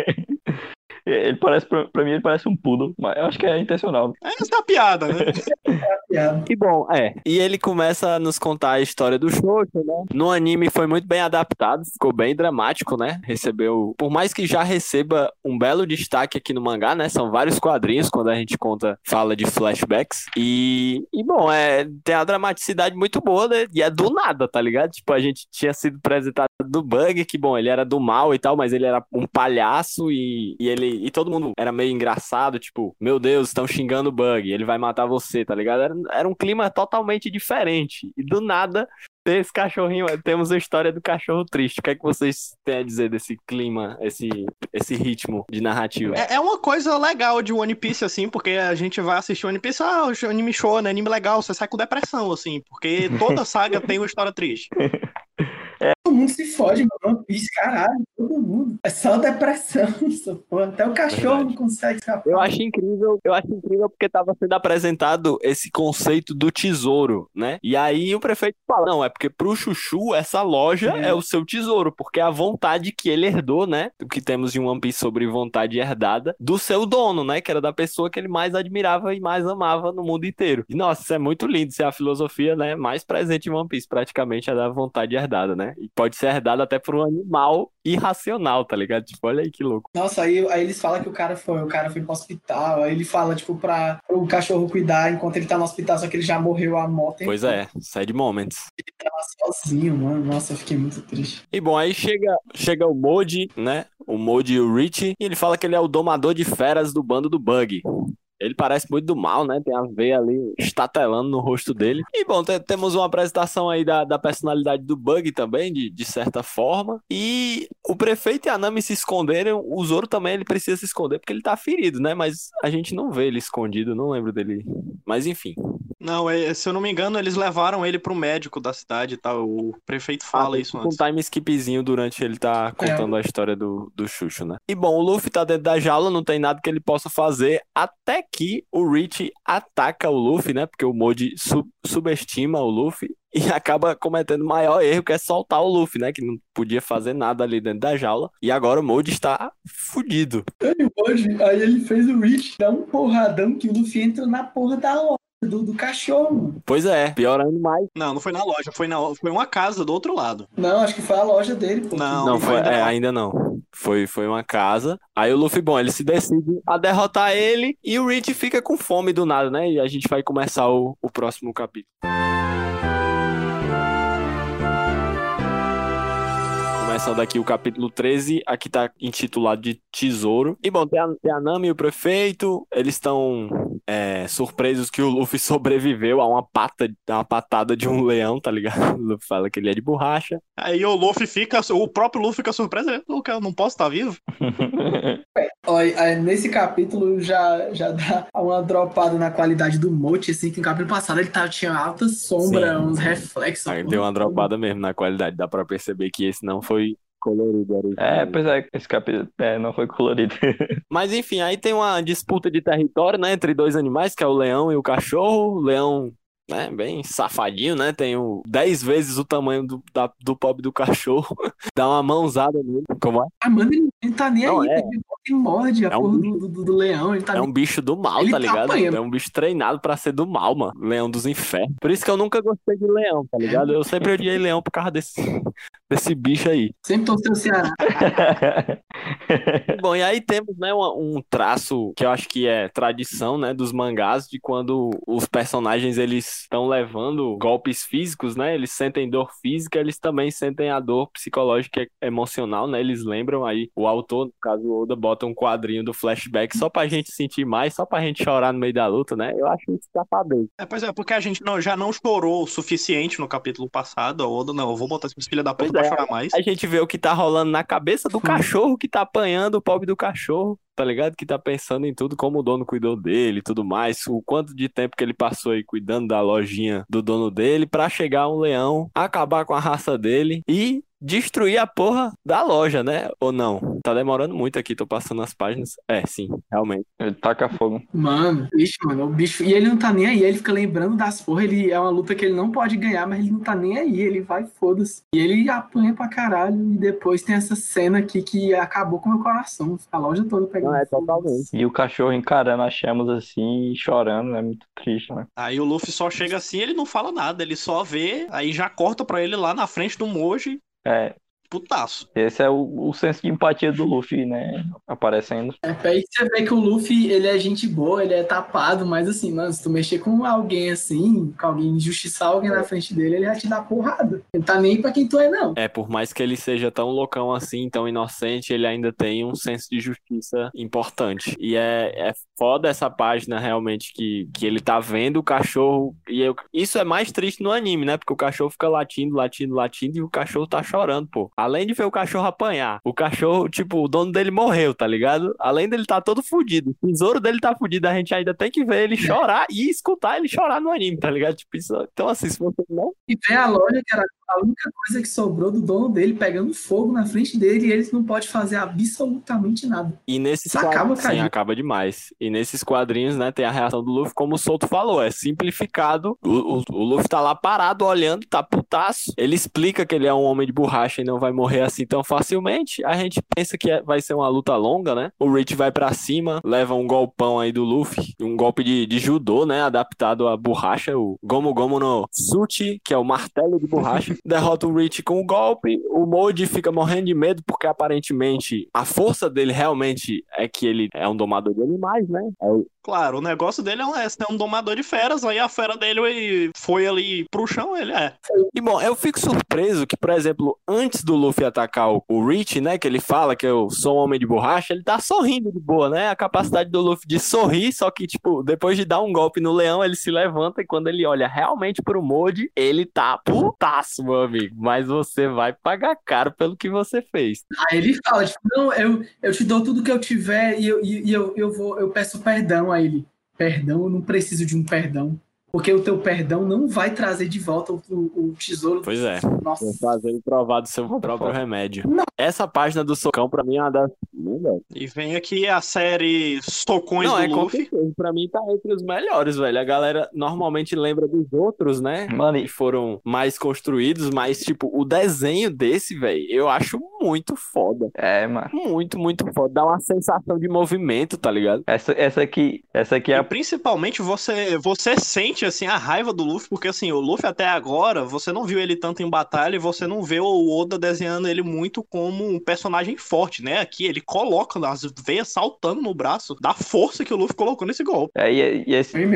Speaker 4: Ele parece, pra mim, ele parece um poodle, mas eu acho que é intencional.
Speaker 5: Essa é a piada, né?
Speaker 3: E bom, E ele começa a nos contar a história do Shoujo, né? No anime foi muito bem adaptado, ficou bem dramático, né? Recebeu, por mais que já receba um belo destaque aqui no mangá, né? São vários quadrinhos quando a gente fala de flashbacks. E bom, tem a dramaticidade muito boa, né? E é do nada, tá ligado? Tipo, a gente tinha sido apresentado do Bug, que bom, ele era do mal e tal, mas ele era um palhaço e todo mundo era meio engraçado, tipo, meu Deus, estão xingando o Bug, ele vai matar você, tá ligado? Era um clima totalmente diferente. E do nada, tem esse cachorrinho, temos a história do cachorro triste. O que é que vocês têm a dizer desse clima, esse ritmo de narrativa?
Speaker 5: É uma coisa legal de One Piece, assim, porque a gente vai assistir One Piece, o anime show, né? Anime legal, você sai com depressão, assim, porque toda saga tem uma história triste.
Speaker 6: Todo mundo se fode, mano. Isso, caralho, todo mundo. É só depressão, essa porra. Até o cachorro não consegue escapar.
Speaker 3: Eu acho incrível porque tava sendo apresentado esse conceito do tesouro, né? E aí o prefeito fala, não, é porque pro Chuchu essa loja é o seu tesouro, porque é a vontade que ele herdou, né? O que temos em One Piece sobre vontade herdada do seu dono, né? Que era da pessoa que ele mais admirava e mais amava no mundo inteiro. E nossa, isso é muito lindo, isso é a filosofia, né? Mais presente em One Piece, praticamente é da vontade herdada, né? E pode ser herdada até por um animal irracional, tá ligado? Tipo, olha aí que louco.
Speaker 6: Nossa, aí eles falam que o cara foi pro hospital, aí ele fala, tipo, pra o cachorro cuidar enquanto ele tá no hospital, só que ele já morreu há mó tempo.
Speaker 3: Pois é, sad moments.
Speaker 6: Ele tava sozinho, mano. Nossa, eu fiquei muito triste.
Speaker 3: E bom, aí chega o Moji, né? O Moji e o Rich, e ele fala que ele é o domador de feras do bando do Bug. Ele parece muito do mal, né? Tem a veia ali estatelando no rosto dele. E bom, temos uma apresentação aí da personalidade do Bug também, de certa forma. E o prefeito e a Nami se esconderam. O Zoro também, ele precisa se esconder porque ele tá ferido, né? Mas a gente não vê ele escondido, não lembro dele. Mas enfim.
Speaker 5: Não, se eu não me engano, eles levaram ele pro médico da cidade e tal. O prefeito fala isso antes.
Speaker 3: Um time skipzinho durante ele tá contando a história do Chuchu, né? E bom, o Luffy tá dentro da jaula, não tem nada que ele possa fazer até que o Rich ataca o Luffy, né? Porque o Moji subestima o Luffy e acaba cometendo o maior erro, que é soltar o Luffy, né? Que não podia fazer nada ali dentro da jaula. E agora o Moji está fudido.
Speaker 6: Aí ele fez o Rich dar um porradão que o Luffy entra na porra da loja do cachorro.
Speaker 3: Pois é, piorando mais.
Speaker 5: Não foi na loja, foi uma casa do outro lado.
Speaker 6: Não, acho que foi a loja dele. Pô.
Speaker 3: Não foi, ainda não. Foi uma casa. Aí o Luffy, bom, ele se decide a derrotar ele e o Rich fica com fome do nada, né? E a gente vai começar o próximo capítulo. Começando aqui o capítulo 13, aqui tá intitulado de Tesouro. E bom, tem a Nami e o prefeito, eles estão surpresos que o Luffy sobreviveu a uma patada de um leão, tá ligado? O Luffy fala que ele é de borracha.
Speaker 5: Aí o próprio Luffy fica surpreso, eu não posso estar vivo?
Speaker 6: Nesse capítulo já dá uma dropada na qualidade do Mochi, assim, que no capítulo passado ele tinha alta sombra, uns reflexos.
Speaker 3: Aí deu uma dropada mesmo na qualidade, dá pra perceber que esse não foi colorido.
Speaker 4: Pois é, esse capítulo não foi colorido.
Speaker 3: Mas enfim, aí tem uma disputa de território, né, entre dois animais, que é o leão e o cachorro. O leão, né, bem safadinho, né, tem 10 vezes o tamanho do pobre do cachorro. Dá uma mãozada nele. Como é?
Speaker 6: Ah, mano, ele tá nem aí, ele morde a porra do leão. Ele tá
Speaker 3: um bicho do mal, tá ligado? É um bicho treinado pra ser do mal, mano. Leão dos infernos. Por isso que eu nunca gostei de leão, tá ligado? Eu sempre odiei leão por causa desse bicho aí.
Speaker 6: Sempre torceu o Ceará.
Speaker 3: Bom, e aí temos, né, um traço que eu acho que é tradição, né, dos mangás, de quando os personagens, eles estão levando golpes físicos, né, eles sentem dor física, eles também sentem a dor psicológica e emocional, né, eles lembram aí, o autor, no caso o Oda, bota um quadrinho do flashback só pra gente sentir mais, só pra gente chorar no meio da luta, né, eu acho isso safadeza.
Speaker 5: Pois é, porque a gente já não chorou o suficiente no capítulo passado, o Oda, não, eu vou botar esse filho da puta pra chorar mais.
Speaker 3: A gente vê o que tá rolando na cabeça do cachorro que tá apanhando o pobre do cachorro, tá ligado? Que tá pensando em tudo, como o dono cuidou dele e tudo mais, o quanto de tempo que ele passou aí cuidando da lojinha do dono dele pra chegar um leão, acabar com a raça dele e destruir a porra da loja, né? Ou não? Tá demorando muito aqui, tô passando as páginas. Sim, realmente.
Speaker 4: Ele taca fogo.
Speaker 6: Mano, o bicho. E ele não tá nem aí, ele fica lembrando das porra. Ele é uma luta que ele não pode ganhar, mas ele não tá nem aí. Ele vai, foda-se. E ele apanha pra caralho. E depois tem essa cena aqui que acabou com o meu coração. A loja toda pegando.
Speaker 3: Não, totalmente.
Speaker 4: E o cachorro encarando as chamas assim e chorando, é muito triste, né?
Speaker 5: Aí o Luffy só chega assim, ele não fala nada, ele só vê, aí já corta pra ele lá na frente do Moji. Putaço.
Speaker 4: Esse é o senso de empatia do Luffy, né? Aparecendo.
Speaker 6: Aí você vê que o Luffy, ele é gente boa, ele é tapado, mas assim, mano, se tu mexer com alguém assim, com alguém, injustiçar alguém na frente dele, ele vai te dar porrada. Ele tá nem pra quem tu é, não.
Speaker 3: Por mais que ele seja tão loucão assim, tão inocente, ele ainda tem um senso de justiça importante. E é foda essa página, realmente, que ele tá vendo o cachorro, isso é mais triste no anime, né? Porque o cachorro fica latindo, e o cachorro tá chorando, pô. Além de ver o cachorro apanhar, o cachorro, tipo, o dono dele morreu, tá ligado? Além dele tá todo fudido, o tesouro dele tá fudido, a gente ainda tem que ver ele chorar e escutar ele chorar no anime, tá ligado? Tipo, isso, então assim, se você não...
Speaker 6: E ver a loja que era a única coisa que sobrou do dono dele pegando fogo na frente dele e eles não podem fazer absolutamente nada.
Speaker 3: E nesses
Speaker 6: Isso acaba,
Speaker 3: sim, acaba demais. E nesses quadrinhos, né, tem a reação do Luffy, como o Souto falou, é simplificado. O Luffy tá lá parado, olhando, tá putaço. Ele explica que ele é um homem de borracha e não vai morrer assim tão facilmente. A gente pensa que vai ser uma luta longa, né? O Rich vai pra cima, leva um golpão aí do Luffy, um golpe de judô, né, adaptado à borracha, o Gomu Gomu no Tsuchi, que é o martelo de borracha. Derrota o Rich com o golpe. O Moji fica morrendo de medo porque aparentemente a força dele realmente é que ele é um domador de animais, né?
Speaker 5: Claro, o negócio dele é um domador de feras, aí a fera dele foi ali pro chão, ele é.
Speaker 3: E bom, eu fico surpreso que, por exemplo, antes do Luffy atacar o Rich, né, que ele fala que eu sou um homem de borracha, ele tá sorrindo de boa, né? A capacidade do Luffy de sorrir, só que, tipo, depois de dar um golpe no leão, ele se levanta e quando ele olha realmente pro Moji, ele tá putaço, meu amigo. Mas você vai pagar caro pelo que você fez.
Speaker 6: Aí ele fala, tipo, não, eu te dou tudo que eu tiver e eu peço perdão a ele. Perdão, eu não preciso de um perdão. Porque o teu perdão não vai trazer de volta o tesouro.
Speaker 3: Pois é.
Speaker 6: Nossa.
Speaker 3: Fazer ele provar do seu próprio remédio. Não. Essa página do socão, pra mim, é uma das melhores.
Speaker 5: E vem aqui a série Socões do Luffy.
Speaker 3: Pra mim tá entre os melhores, velho. A galera normalmente lembra dos outros, né?
Speaker 4: Mano,
Speaker 3: que foram mais construídos, mas, tipo, o desenho desse, velho, eu acho muito foda.
Speaker 4: É, mano.
Speaker 3: Muito, muito foda. Dá uma sensação de movimento, tá ligado?
Speaker 4: Essa aqui é
Speaker 5: e principalmente você sente assim a raiva do Luffy, porque assim, o Luffy até agora, você não viu ele tanto em batalha e você não vê o Oda desenhando ele muito como um personagem forte, né? Aqui ele coloca as veias saltando no braço da força que o Luffy colocou nesse golpe.
Speaker 4: E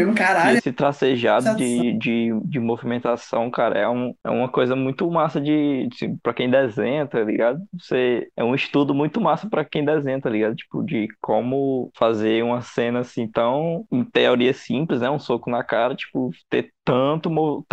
Speaker 4: esse tracejado
Speaker 6: Sensação.
Speaker 4: de movimentação, cara, é uma coisa muito massa pra quem desenha, tá ligado? É um estudo muito massa pra quem desenha, tá ligado? Tipo, de como fazer uma cena assim tão, em teoria simples, né? Um soco na cara, tipo, ter tanta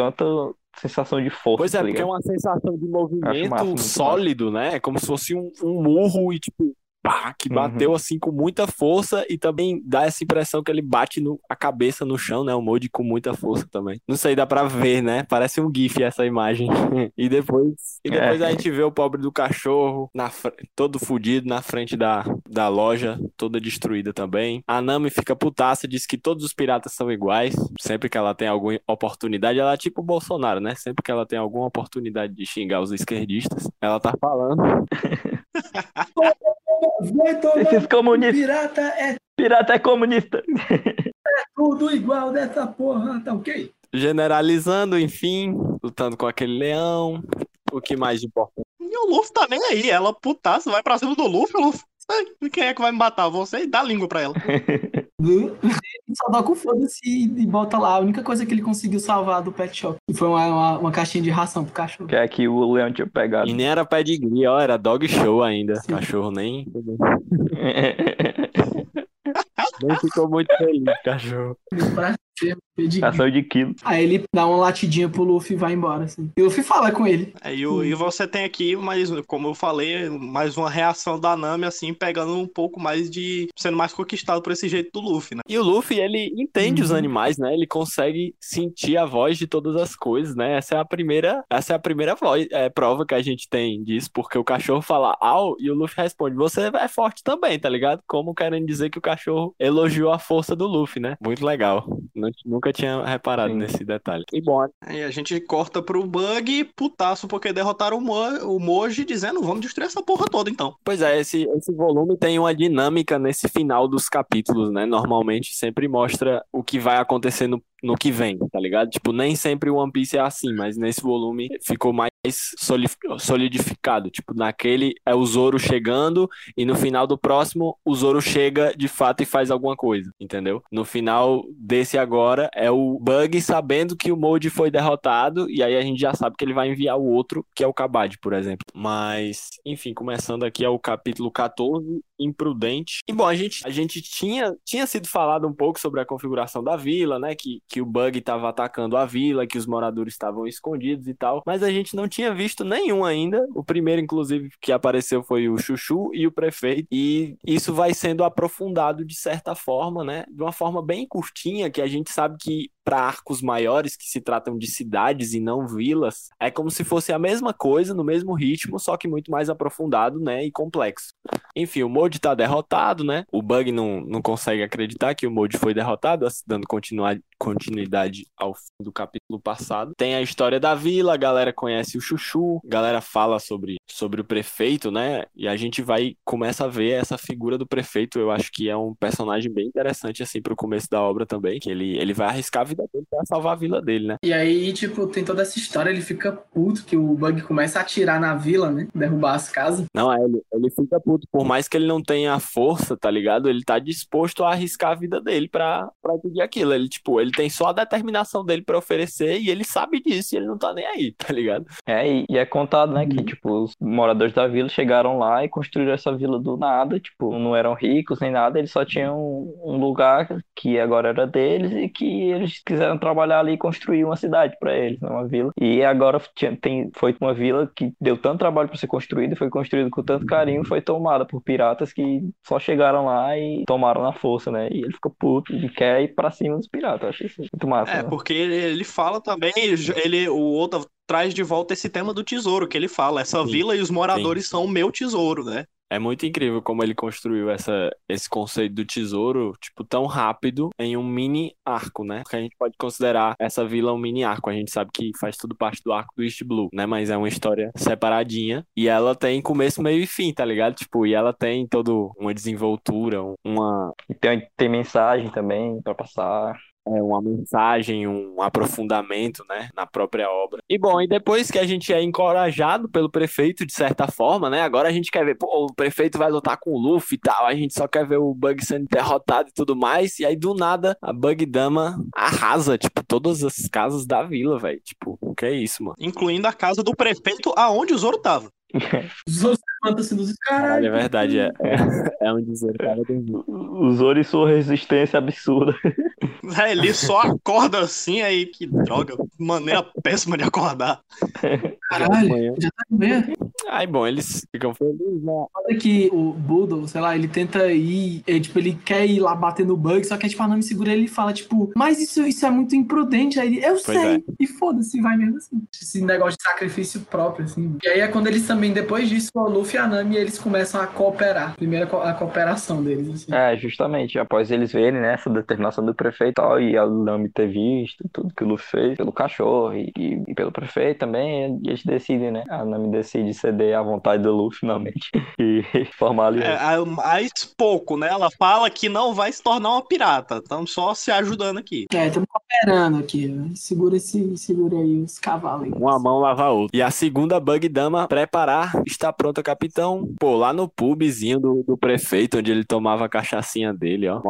Speaker 4: sensação de força.
Speaker 3: Pois é,
Speaker 4: tá
Speaker 3: porque é uma sensação de movimento
Speaker 4: massa,
Speaker 3: sólido, né? É como se fosse um murro e, tipo, pá, que bateu assim com muita força e também dá essa impressão que ele bate a cabeça no chão, né? O Moji com muita força também. Não sei, dá pra ver, né? Parece um gif essa imagem. E depois a gente vê o pobre do cachorro todo fudido na frente da loja, toda destruída também. A Nami fica putaça, diz que todos os piratas são iguais. Sempre que ela tem alguma oportunidade, ela é tipo o Bolsonaro, né? Sempre que ela tem alguma oportunidade de xingar os esquerdistas, ela tá falando.
Speaker 4: Esses comunistas. Pirata é comunista.
Speaker 6: É tudo igual dessa porra, tá ok?
Speaker 3: Generalizando, enfim, lutando com aquele leão. O que mais de importante?
Speaker 5: E o Luffy tá nem aí, ela putaça, vai pra cima do Luffy, o Luffy. Quem é que vai me matar? Você e dá língua pra ela.
Speaker 6: Só dá com foda-se e bota lá. A única coisa que ele conseguiu salvar do pet shop. E foi uma caixinha de ração pro cachorro.
Speaker 4: Que é que o leão tinha pegado.
Speaker 3: E nem era pedigree, ó, era dog show ainda. Sim. Cachorro nem ficou muito feliz, cachorro.
Speaker 4: Ação de quilo.
Speaker 6: Aí ele dá uma latidinha pro Luffy e vai embora, assim. E o Luffy fala com ele.
Speaker 5: E você tem aqui, como eu falei, mais uma reação da Nami, assim, pegando um pouco mais de... sendo mais conquistado por esse jeito do Luffy, né?
Speaker 3: E o Luffy, ele entende os animais, né? Ele consegue sentir a voz de todas as coisas, né? Essa é a primeira prova que a gente tem disso, porque o cachorro fala au e o Luffy responde, você é forte também, tá ligado? Como querendo dizer que o cachorro elogiou a força do Luffy, né? Muito legal. Nunca tinha reparado nesse detalhe. E bom.
Speaker 5: Aí a gente corta pro Bug putaço porque derrotaram o Moji dizendo vamos destruir essa porra toda então.
Speaker 3: Pois é, esse volume tem uma dinâmica nesse final dos capítulos, né? Normalmente sempre mostra o que vai acontecer no que vem, tá ligado? Tipo, nem sempre o One Piece é assim, mas nesse volume ficou mais solidificado. Tipo, naquele é o Zoro chegando e no final do próximo o Zoro chega de fato e faz alguma coisa, entendeu? No final desse agora é o Bug sabendo que o Moji foi derrotado e aí a gente já sabe que ele vai enviar o outro, que é o Kabad, por exemplo. Mas, enfim, começando aqui é o capítulo 14, Imprudente. E bom, a gente tinha sido falado um pouco sobre a configuração da vila, né? Que o Bug estava atacando a vila, que os moradores estavam escondidos e tal, mas a gente não tinha visto nenhum ainda. O primeiro, inclusive, que apareceu foi o Chuchu e o prefeito, e isso vai sendo aprofundado de certa forma, né? De uma forma bem curtinha, que a gente sabe que para arcos maiores que se tratam de cidades e não vilas, é como se fosse a mesma coisa, no mesmo ritmo, só que muito mais aprofundado, né, e complexo. Enfim, o Moji tá derrotado, né? O Bug não consegue acreditar que o Moji foi derrotado, dando continuidade ao fim do capítulo passado. Tem a história da vila, a galera conhece o Chuchu, a galera fala sobre o prefeito, né? E a gente começa a ver essa figura do prefeito. Eu acho que é um personagem bem interessante, assim, pro começo da obra também, que ele vai arriscar a vida dele pra salvar a vila dele, né?
Speaker 6: E aí, tipo, tem toda essa história, ele fica puto que o Bug começa a atirar na vila, né? Derrubar as casas.
Speaker 3: Não, ele fica puto. Por mais que ele não tenha força, tá ligado? Ele tá disposto a arriscar a vida dele pra pedir aquilo. Ele tem só a determinação dele pra oferecer e ele sabe disso e ele não tá nem aí, tá ligado?
Speaker 4: E é contado, né, que, tipo, os moradores da vila chegaram lá e construíram essa vila do nada, tipo, não eram ricos nem nada, eles só tinham um lugar que agora era deles e que eles quiseram trabalhar ali e construir uma cidade pra eles, né, uma vila. E agora foi uma vila que deu tanto trabalho pra ser construída, foi construída com tanto carinho, foi tomada por piratas que só chegaram lá e tomaram na força, né? E ele fica puto e quer ir pra cima dos piratas. Eu achei isso muito massa.
Speaker 5: É,
Speaker 4: né?
Speaker 5: porque ele fala também, o Oda traz de volta esse tema do tesouro, que ele fala, essa vila e os moradores são o meu tesouro, né?
Speaker 3: É muito incrível como ele construiu esse conceito do tesouro, tipo, tão rápido em um mini arco, né? Porque a gente pode considerar essa vila um mini arco. A gente sabe que faz tudo parte do arco do East Blue, né? Mas é uma história separadinha. E ela tem começo, meio e fim, tá ligado? Tipo, e ela tem toda uma desenvoltura,
Speaker 4: E tem mensagem também pra passar.
Speaker 3: Uma mensagem, um aprofundamento, né, na própria obra. E bom, e depois que a gente é encorajado pelo prefeito, de certa forma, né, agora a gente quer ver, pô, o prefeito vai lutar com o Luffy e tal, a gente só quer ver o Bug sendo derrotado e tudo mais, e aí do nada a Bug Dama arrasa, tipo, todas as casas da vila, velho, tipo, o que é isso, mano?
Speaker 5: Incluindo a casa do prefeito aonde o Zoro tava.
Speaker 6: Os outros levantam assim dos caralho.
Speaker 3: É verdade, é um dizer, cara,
Speaker 4: O Zoro e sua resistência absurda.
Speaker 5: Ele só acorda assim, aí que droga, maneira péssima de acordar.
Speaker 6: Caralho, já tá com medo.
Speaker 3: Aí, bom, eles ficam felizes, né?
Speaker 6: Olha que o Budo, sei lá, ele tenta ir, ele quer ir lá bater no Bug, só que tipo, a Nami segura ele e fala, tipo, mas isso é muito imprudente. Aí ele, eu sei, e foda-se, vai mesmo assim. Esse negócio de sacrifício próprio, assim. E aí é quando eles também, depois disso, o Luffy e a Nami, eles começam a cooperar. Primeiro a cooperação deles, assim.
Speaker 4: Justamente, após eles verem, né, essa determinação do prefeito e tal, e a Nami ter visto tudo que o Luffy fez pelo cachorro e pelo prefeito também, e eles decidem, né, a Nami decide ceder à vontade do Luffy, finalmente, e formar ali.
Speaker 5: Mas pouco, né, ela fala que não vai se tornar uma pirata, estamos só se ajudando aqui.
Speaker 6: Estamos cooperando aqui, segura aí os cavalos.
Speaker 3: Uma mão lava a outra. E a segunda Bug Dama preparar, está pronta, capitão. Pô, lá no pubzinho do prefeito, onde ele tomava a cachaçinha dele, ó.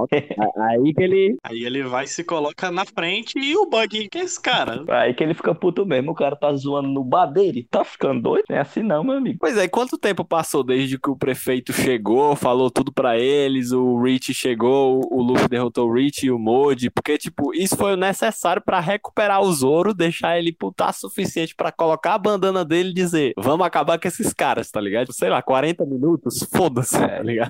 Speaker 5: Aí ele vai e se coloca na frente e o Bug, que é esse cara?
Speaker 4: Aí que ele fica puto mesmo, o cara tá zoando no bar dele, tá ficando doido? Não é assim não, meu amigo.
Speaker 3: Pois é, quanto tempo passou desde que o prefeito chegou, falou tudo pra eles, o Rich chegou, o Luffy derrotou o Rich e o Moji, porque, tipo, isso foi o necessário pra recuperar o Zoro, deixar ele putar suficiente pra colocar a bandana dele e dizer, vamos acabar com esses caras, tá ligado? Sei lá, 40 minutos? Foda-se, tá ligado?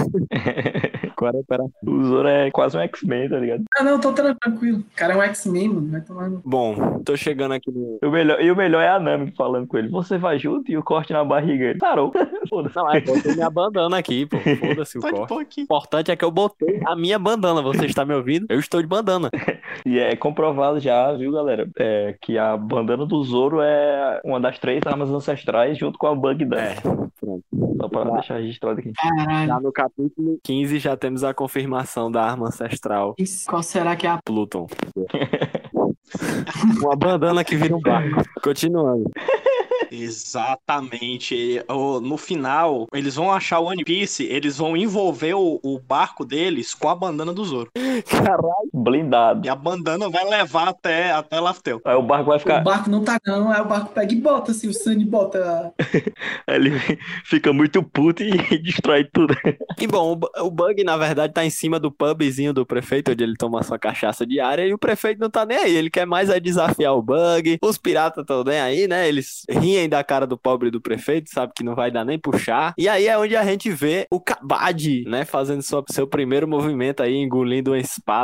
Speaker 4: O Zoro é quase um X-Men, tá ligado?
Speaker 6: Ah, não, tô tranquilo. O cara é um X-Men, mano. Vai tomar no...
Speaker 3: Bom, tô chegando aqui no...
Speaker 4: O melhor é a Nami falando com ele. Você vai junto e o corte na barriga. Ele parou.
Speaker 3: Foda-se. Não, botei minha bandana aqui, pô. Foda-se o corte. O importante é que eu botei a minha bandana. Você está me ouvindo? Eu estou de bandana.
Speaker 4: E é comprovado já, viu, galera? Que a bandana do Zoro é uma das 3 armas ancestrais junto com a Bug Dama.
Speaker 3: Pronto.
Speaker 4: Só pra deixar registrado aqui.
Speaker 6: Caralho.
Speaker 3: Já no capítulo 15 já temos a confirmação da arma ancestral.
Speaker 6: Qual será que é a...
Speaker 3: Pluton. Uma bandana que vira um barco. Continuando.
Speaker 5: Exatamente. No final, eles vão achar o One Piece, eles vão envolver o barco deles com a bandana do Zoro.
Speaker 4: Caralho. Blindado.
Speaker 5: E a bandana vai levar até Laftel.
Speaker 4: Aí o barco vai ficar...
Speaker 6: O barco não tá não, aí o barco pega e bota, assim, o Sunny bota...
Speaker 4: Aí ele fica muito puto e destrói tudo.
Speaker 3: E bom, o Bug, na verdade, tá em cima do pubzinho do prefeito, onde ele toma sua cachaça diária, e o prefeito não tá nem aí, ele quer mais desafiar o Bug. Os piratas estão nem aí, né? Eles riem da cara do pobre do prefeito, sabe que não vai dar nem puxar. E aí é onde a gente vê o Kabad, né, fazendo seu primeiro movimento aí, engolindo uma espada, bem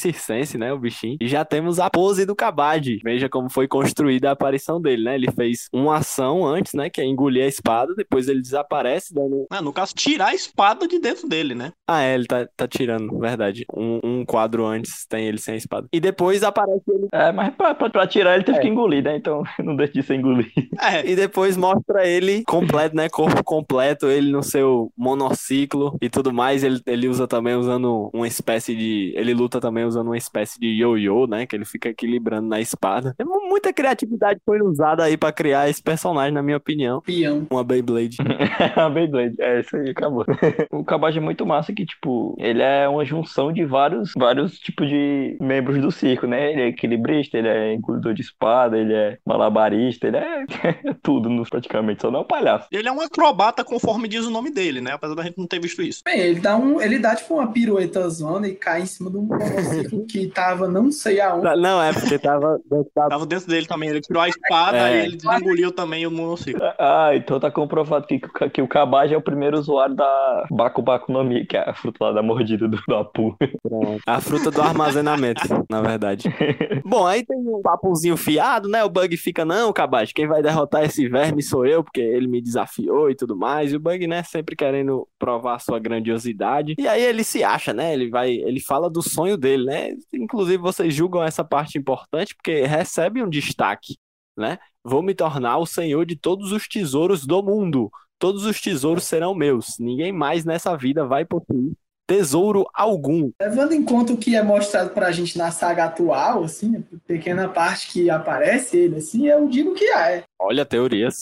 Speaker 3: circense, né, o bichinho. E já temos a pose do Kabaddi. Veja como foi construída a aparição dele, né? Ele fez uma ação antes, né, que é engolir a espada, depois ele desaparece, dando...
Speaker 5: No caso, tirar a espada de dentro dele, né?
Speaker 3: Ele tá tirando, verdade. Um quadro antes tem ele sem a espada. E depois aparece ele...
Speaker 4: Mas pra tirar ele teve que engolir, né? Então não deixa de ser engolir.
Speaker 3: E depois mostra ele completo, né? Corpo completo, ele no seu monociclo e tudo mais. Ele usa também usando uma espécie de... Ele luta também usando uma espécie de ioiô, né? Que ele fica equilibrando na espada. Muita criatividade foi usada aí pra criar esse personagem, na minha opinião.
Speaker 6: Peão.
Speaker 3: Uma Beyblade.
Speaker 4: A Beyblade, isso aí, acabou. O Kabaddi é muito massa que, tipo, ele é uma junção de vários tipos de membros do circo, né? Ele é equilibrista, ele é engolidor de espada, ele é malabarista, ele é tudo, praticamente, só não é um palhaço.
Speaker 5: Ele é um acrobata, conforme diz o nome dele, né? Apesar da gente não ter visto isso.
Speaker 6: Bem, ele dá tipo uma pirueta zona e cai em cima de um monociclo que tava não sei aonde.
Speaker 3: Não, é porque tava
Speaker 5: dentro dele também. Ele tirou a espada e ele desengoliu também o monociclo.
Speaker 4: Então tá comprovado que o Kabaddi é o primeiro usuário da Baku Baku no Mi, que é a fruta lá da mordida do Apu.
Speaker 3: A fruta do armazenamento, na verdade. Bom, aí tem um papozinho fiado, né? O Bug fica, não, Kabaddi, quem vai derrotar esse verme sou eu, porque ele me desafiou e tudo mais. E o Bug, né, sempre querendo provar sua grandiosidade. E aí ele se acha, né? Ele fala do sonho dele, né? Inclusive, vocês julgam essa parte importante, porque recebe um destaque, né? Vou me tornar o senhor de todos os tesouros do mundo. Todos os tesouros serão meus. Ninguém mais nessa vida vai possuir tesouro algum.
Speaker 6: Levando em conta o que é mostrado pra gente na saga atual, assim, a pequena parte que aparece ele, assim, eu digo que é.
Speaker 3: Olha, teorias.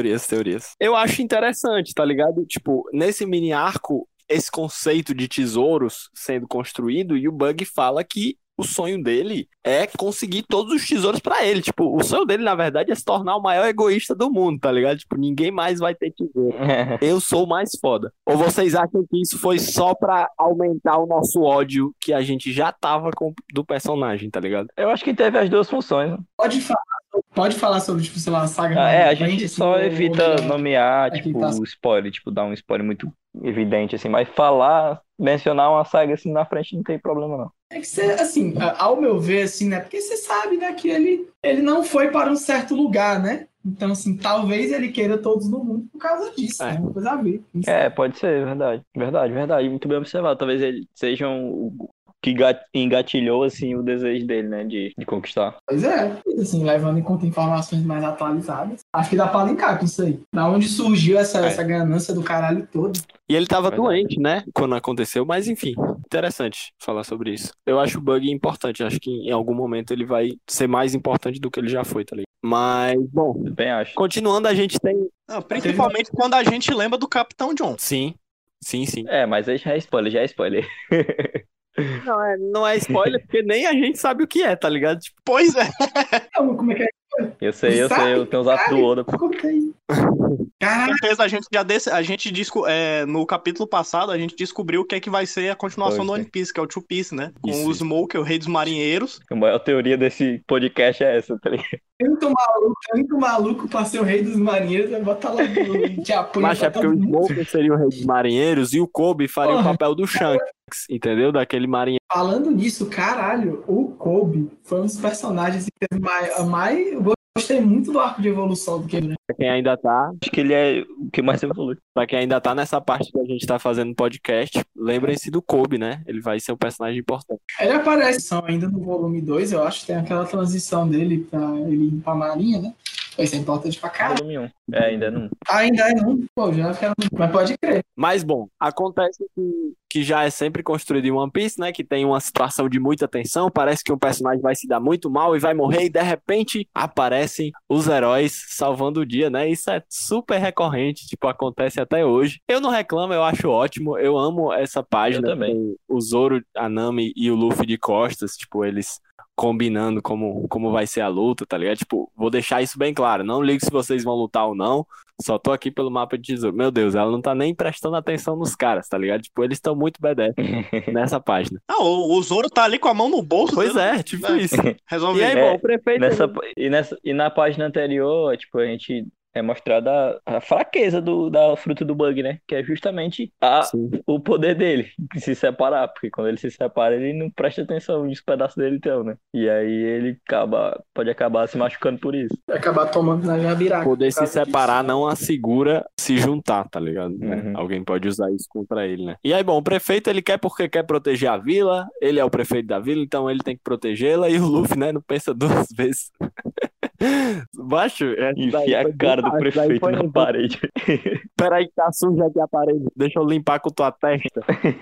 Speaker 3: Eu acho interessante, tá ligado? Tipo, nesse mini arco, esse conceito de tesouros sendo construído, e o Bug fala que o sonho dele é conseguir todos os tesouros pra ele. Tipo, o sonho dele, na verdade, é se tornar o maior egoísta do mundo, tá ligado? Tipo, ninguém mais vai ter tesouro. Eu sou o mais foda. Ou vocês acham que isso foi só pra aumentar o nosso ódio que a gente já tava do personagem, tá ligado?
Speaker 4: Eu acho que teve as duas funções, né?
Speaker 6: Pode falar sobre, tipo, sei lá, a saga...
Speaker 4: a gente só evita nomear, tipo, o spoiler, tipo, dar um spoiler muito evidente, assim, mas mencionar uma saga assim na frente não tem problema, não.
Speaker 6: É que você, assim, ao meu ver, assim, né, porque você sabe, né, que ele não foi para um certo lugar, né? Então, assim, talvez ele queira todos no mundo por causa disso, né? Uma coisa a ver.
Speaker 4: Pode ser, verdade. Muito bem observado. Talvez eles sejam que engatilhou, assim, o desejo dele, né, de conquistar.
Speaker 6: Pois é, assim, levando em conta informações mais atualizadas, acho que dá pra linkar com isso aí. Da onde surgiu essa ganância do caralho todo.
Speaker 3: E ele tava doente, né, quando aconteceu, mas enfim, interessante falar sobre isso. Eu acho o Bug importante, acho que em algum momento ele vai ser mais importante do que ele já foi, tá ligado? Mas, bom,
Speaker 4: bem acho.
Speaker 3: Continuando, a gente tem...
Speaker 5: Principalmente quando a gente lembra do Capitão John.
Speaker 3: Sim.
Speaker 4: Mas aí já é spoiler.
Speaker 3: Não é spoiler, porque nem a gente sabe o que é, tá ligado? Tipo,
Speaker 5: pois é.
Speaker 6: Como é que é?
Speaker 4: Eu sei, eu tenho os atos do Oda.
Speaker 5: A gente no capítulo passado, a gente descobriu o que é que vai ser a continuação do One Piece, que é o Two Piece, né? Com o Smoke, o rei dos marinheiros.
Speaker 4: A maior teoria desse podcast é essa, tá ligado?
Speaker 6: Muito maluco pra ser o rei dos marinheiros, vai botar lá no Japão.
Speaker 3: Mas é porque o Smoke seria o rei dos marinheiros e o Kobe faria o papel do Shanks, entendeu? Daquele marinheiro.
Speaker 6: Falando nisso, caralho, o Kobe foi um dos personagens que teve mais... Eu gostei muito do arco de evolução do Kobe, né?
Speaker 3: Pra quem ainda tá...
Speaker 4: Acho que ele é o que mais evolui.
Speaker 3: Pra quem ainda tá nessa parte que a gente tá fazendo podcast, lembrem-se do Kobe, né? Ele vai ser um personagem importante.
Speaker 6: Ele aparece ainda no volume 2, eu acho, tem aquela transição dele pra ele ir pra marinha, né? Vai ser importante pra caralho.
Speaker 4: Volume 1. Ainda não.
Speaker 6: Ainda não. Pô, já quero... Mas pode crer.
Speaker 3: Mas, bom, acontece que já é sempre construído em One Piece, né? Que tem uma situação de muita tensão. Parece que um personagem vai se dar muito mal e vai morrer. E, de repente, aparecem os heróis salvando o dia, né? Isso é super recorrente. Tipo, acontece até hoje. Eu não reclamo, eu acho ótimo. Eu amo essa página.
Speaker 4: Eu também.
Speaker 3: Com o Zoro, a Nami e o Luffy de costas. Tipo, eles... combinando como vai ser a luta, tá ligado? Tipo, vou deixar isso bem claro. Não ligo se vocês vão lutar ou não. Só tô aqui pelo mapa de tesouro. Meu Deus, ela não tá nem prestando atenção nos caras, tá ligado? Tipo, eles estão muito badass nessa página.
Speaker 5: O Zoro tá ali com a mão no bolso.
Speaker 3: Pois tipo isso.
Speaker 5: Resolve.
Speaker 3: E aí, bom, o prefeito...
Speaker 4: E na página anterior, tipo, a gente é mostrada a fraqueza da fruta do Bug, né? Que é justamente o poder dele, de se separar. Porque quando ele se separa, ele não presta atenção nos pedaços dele, então, né? E aí ele pode acabar se machucando por isso.
Speaker 6: Acabar tomando na jabiraca.
Speaker 3: Poder se separar não assegura se juntar, tá ligado? Alguém pode usar isso contra ele, né? E aí, bom, o prefeito, ele quer porque quer proteger a vila, ele é o prefeito da vila, então ele tem que protegê-la, e o Luffy, né, não pensa duas vezes. Baixo,
Speaker 4: enfia a cara do prefeito na parede.
Speaker 3: Peraí que tá suja aqui a parede, deixa eu limpar com tua testa.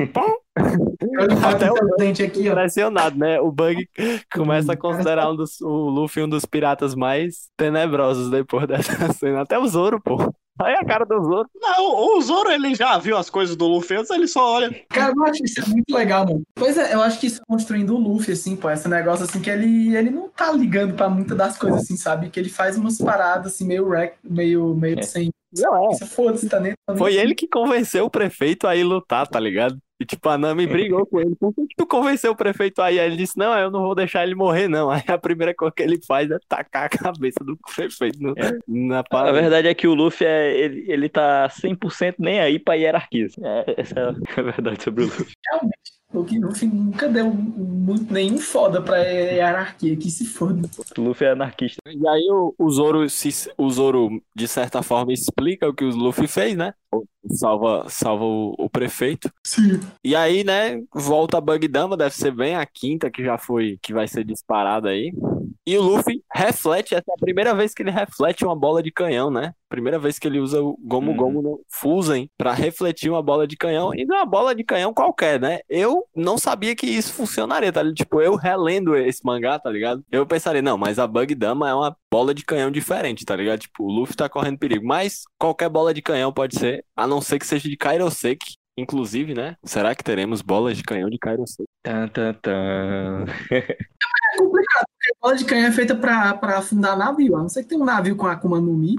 Speaker 6: Até o dente aqui, ó.
Speaker 3: Impressionado, né? O Bug começa a considerar o Luffy um dos piratas mais tenebrosos depois dessa cena. Até o Zoro, pô. Olha a cara do Zoro.
Speaker 5: Não, o Zoro, ele já viu as coisas do Luffy antes, ele só olha.
Speaker 6: Cara, eu acho isso muito legal, mano. Pois é, eu acho que isso construindo o Luffy, assim, pô, esse negócio, assim, que ele não tá ligando pra muitas das coisas, assim, sabe? Que ele faz umas paradas, assim, meio sem...
Speaker 3: Não,
Speaker 6: foda-se, tá nem...
Speaker 3: Foi ele que convenceu o prefeito a ir lutar, tá ligado? E tipo, a Nami brigou com ele. Por que tu convenceu o prefeito aí? Aí ele disse, não, eu não vou deixar ele morrer, não. Aí a primeira coisa que ele faz é tacar a cabeça do prefeito na parede.
Speaker 4: A verdade é que o Luffy, ele tá 100% nem aí pra hierarquia. Essa é a verdade sobre o Luffy.
Speaker 6: Realmente. O Luffy nunca deu nenhum foda pra hierarquia, que se foda.
Speaker 4: O Luffy é anarquista.
Speaker 3: E aí o Zoro, de certa forma, explica o que o Luffy fez, né? Salva o prefeito.
Speaker 6: Sim.
Speaker 3: E aí, né, volta a Bug Dama, deve ser bem a quinta que vai ser disparada aí. E o Luffy reflete, essa é a primeira vez que ele reflete uma bola de canhão, né? Primeira vez que ele usa o Gomu Gomu no Fusen pra refletir uma bola de canhão. E não é uma bola de canhão qualquer, né? Eu não sabia que isso funcionaria, tá ligado? Tipo, eu relendo esse mangá, tá ligado? Eu pensaria, não, mas a Bug Dama é uma bola de canhão diferente, tá ligado? Tipo, o Luffy tá correndo perigo. Mas qualquer bola de canhão pode ser, a não ser que seja de Kairoseki. Inclusive, né? Será que teremos bolas de canhão de Kairoseki?
Speaker 4: Tan, tan, tan.
Speaker 6: É complicado, porque a bola de canhão é feita pra afundar navio. A não ser que tem um navio com a Akuma no Mi.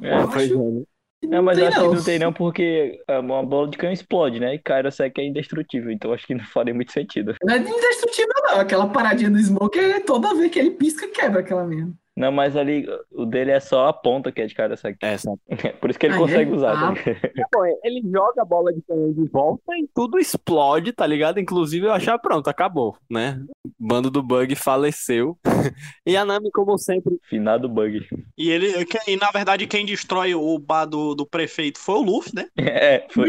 Speaker 4: Mas eu acho que não tem não, porque uma bola de canhão explode, né? E Kairoseki é indestrutível, então acho que não faria muito sentido.
Speaker 6: Não é indestrutível, não. Aquela paradinha do Smoke, toda vez que ele pisca, quebra aquela merda.
Speaker 4: Não, mas ali, o dele é só a ponta que é de Kairoseki.
Speaker 3: Sabe?
Speaker 4: Por isso que ele consegue usar. Tá
Speaker 3: bom, ele joga a bola de canhão de volta e tudo explode, tá ligado? Inclusive eu achava, pronto, acabou, né? O bando do Bug faleceu. E a Nami, como sempre...
Speaker 4: Finado Bug.
Speaker 5: E na verdade, quem destrói o bar do prefeito foi o Luffy, né?
Speaker 4: Foi.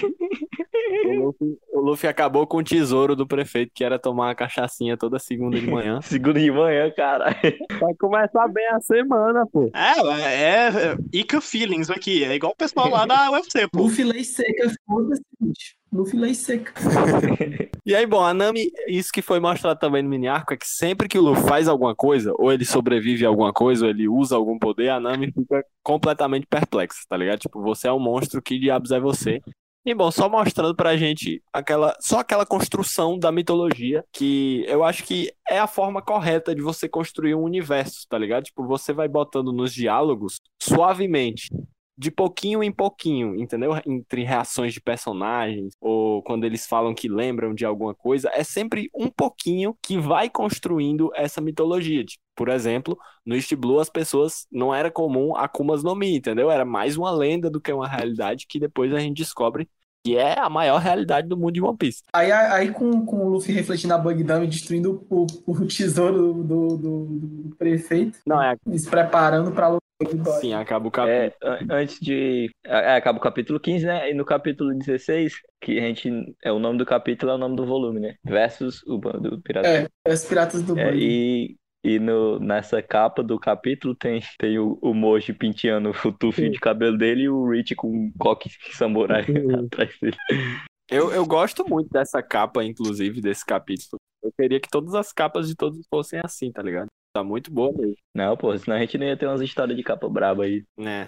Speaker 3: O Luffy acabou com o tesouro do prefeito, que era tomar uma cachaçinha toda segunda de manhã.
Speaker 4: Segunda de manhã, caralho.
Speaker 3: Vai começar bem a semana, pô.
Speaker 5: É Ica Feelings aqui. É igual o pessoal lá da UFC, pô.
Speaker 6: Luffy lei seca, foda-se, bicho. Luffy lei seca.
Speaker 3: E aí, bom, a Nami, isso que foi mostrado também no mini arco, é que sempre que o Luffy faz alguma coisa, ou ele sobrevive a alguma coisa, ou ele usa algum poder, a Nami fica completamente perplexa, tá ligado? Tipo, você é um monstro, que diabos é você? E bom, só mostrando pra gente aquela construção da mitologia, que eu acho que é a forma correta de você construir um universo, tá ligado? Tipo, você vai botando nos diálogos suavemente, de pouquinho em pouquinho, entendeu? Entre reações de personagens, ou quando eles falam que lembram de alguma coisa, é sempre um pouquinho que vai construindo essa mitologia. Por exemplo, no East Blue as pessoas, não era comum Akumas no Mi, entendeu? Era mais uma lenda do que uma realidade, que depois a gente descobre que é a maior realidade do mundo de One Piece.
Speaker 6: Aí com o Luffy refletindo a Bug Dam e destruindo o tesouro do prefeito, se preparando pra lutar.
Speaker 3: Sim, acaba o capítulo.
Speaker 4: Acaba o capítulo 15, né? E no capítulo 16, que a gente... o nome do capítulo é o nome do volume, né? Versus o bando pirata.
Speaker 6: Os piratas do Bug.
Speaker 4: E nessa capa do capítulo tem o Moji penteando o tufo de cabelo dele e o Rich com um coque samurai atrás dele.
Speaker 3: Eu gosto muito dessa capa, inclusive, desse capítulo. Eu queria que todas as capas de todos fossem assim, tá ligado? Tá muito boa mesmo.
Speaker 4: Não, pô, senão a gente não ia ter umas histórias de capa braba aí.
Speaker 3: Né?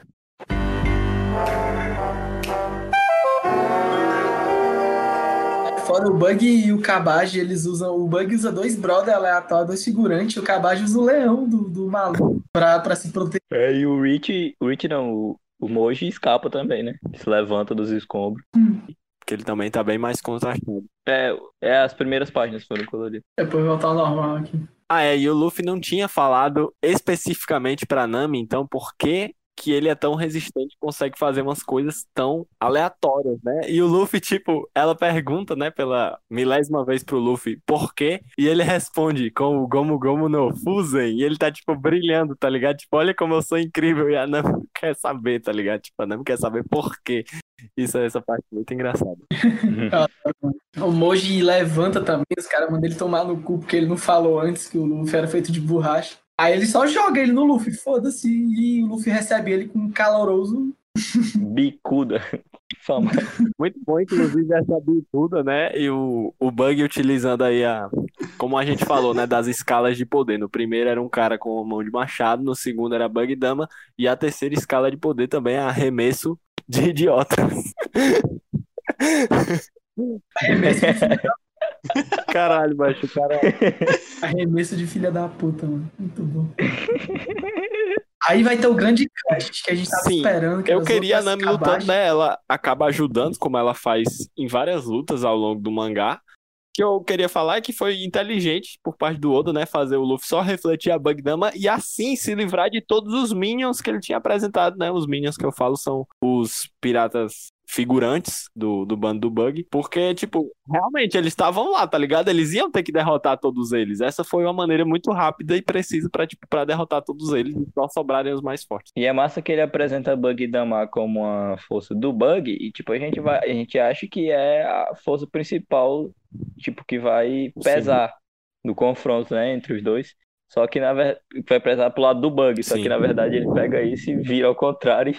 Speaker 6: Fora o Bug e o Kabage, eles usam... O Bug usa 2 brother aleatórios, 2 figurantes, e o Kabage usa o leão do maluco pra se proteger.
Speaker 4: E o Rich não, o Moji escapa também, né? Se levanta dos escombros.
Speaker 3: Porque ele também tá bem mais contrastado.
Speaker 4: As primeiras páginas foram coloridas.
Speaker 6: Depois voltar ao normal aqui.
Speaker 3: E o Luffy não tinha falado especificamente pra Nami, então por que que ele é tão resistente, consegue fazer umas coisas tão aleatórias, né? E o Luffy, tipo, ela pergunta, né, pela milésima vez pro Luffy, por quê? E ele responde com o Gomu Gomu no Fuzen, e ele tá, tipo, brilhando, tá ligado? Tipo, olha como eu sou incrível, e a Nami quer saber, tá ligado? Tipo, a Nami quer saber por quê. Essa parte é muito engraçada.
Speaker 6: O Moji levanta também, os caras mandam ele tomar no cu, porque ele não falou antes que o Luffy era feito de borracha. Aí ele só joga ele no Luffy, foda-se, e o Luffy recebe ele com um caloroso
Speaker 4: bicuda. Fama.
Speaker 3: Muito bom, inclusive, essa bicuda, né? E o Bug utilizando aí como a gente falou, né? Das escalas de poder. No primeiro era um cara com a mão de machado, no segundo era Bug Dama, e a terceira escala de poder também é arremesso de idiotas.
Speaker 6: arremesso de filha da...
Speaker 3: Caralho, macho, o cara...
Speaker 6: Arremesso de filha da puta, mano. Muito bom. Aí vai ter o grande cut que a gente tava esperando. Que
Speaker 3: eu queria a Nami lutando, né? Ela acaba ajudando, como ela faz em várias lutas ao longo do mangá. O que eu queria falar é que foi inteligente por parte do Oda, né? Fazer o Luffy só refletir a Bug Dama e assim se livrar de todos os Minions que ele tinha apresentado, né? Os Minions que eu falo são os piratas figurantes do bando do Bug, porque, tipo, realmente eles estavam lá, tá ligado? Eles iam ter que derrotar todos eles. Essa foi uma maneira muito rápida e precisa pra derrotar todos eles e só sobrarem os mais fortes.
Speaker 4: E é massa que ele apresenta Bug Dama como uma força do Bug e, tipo, a gente acha que é a força principal, tipo, que vai pesar no confronto, né, entre os dois. Só que, na verdade, vai pesar pro lado do Bug, só que, na verdade, ele pega isso e vira ao contrário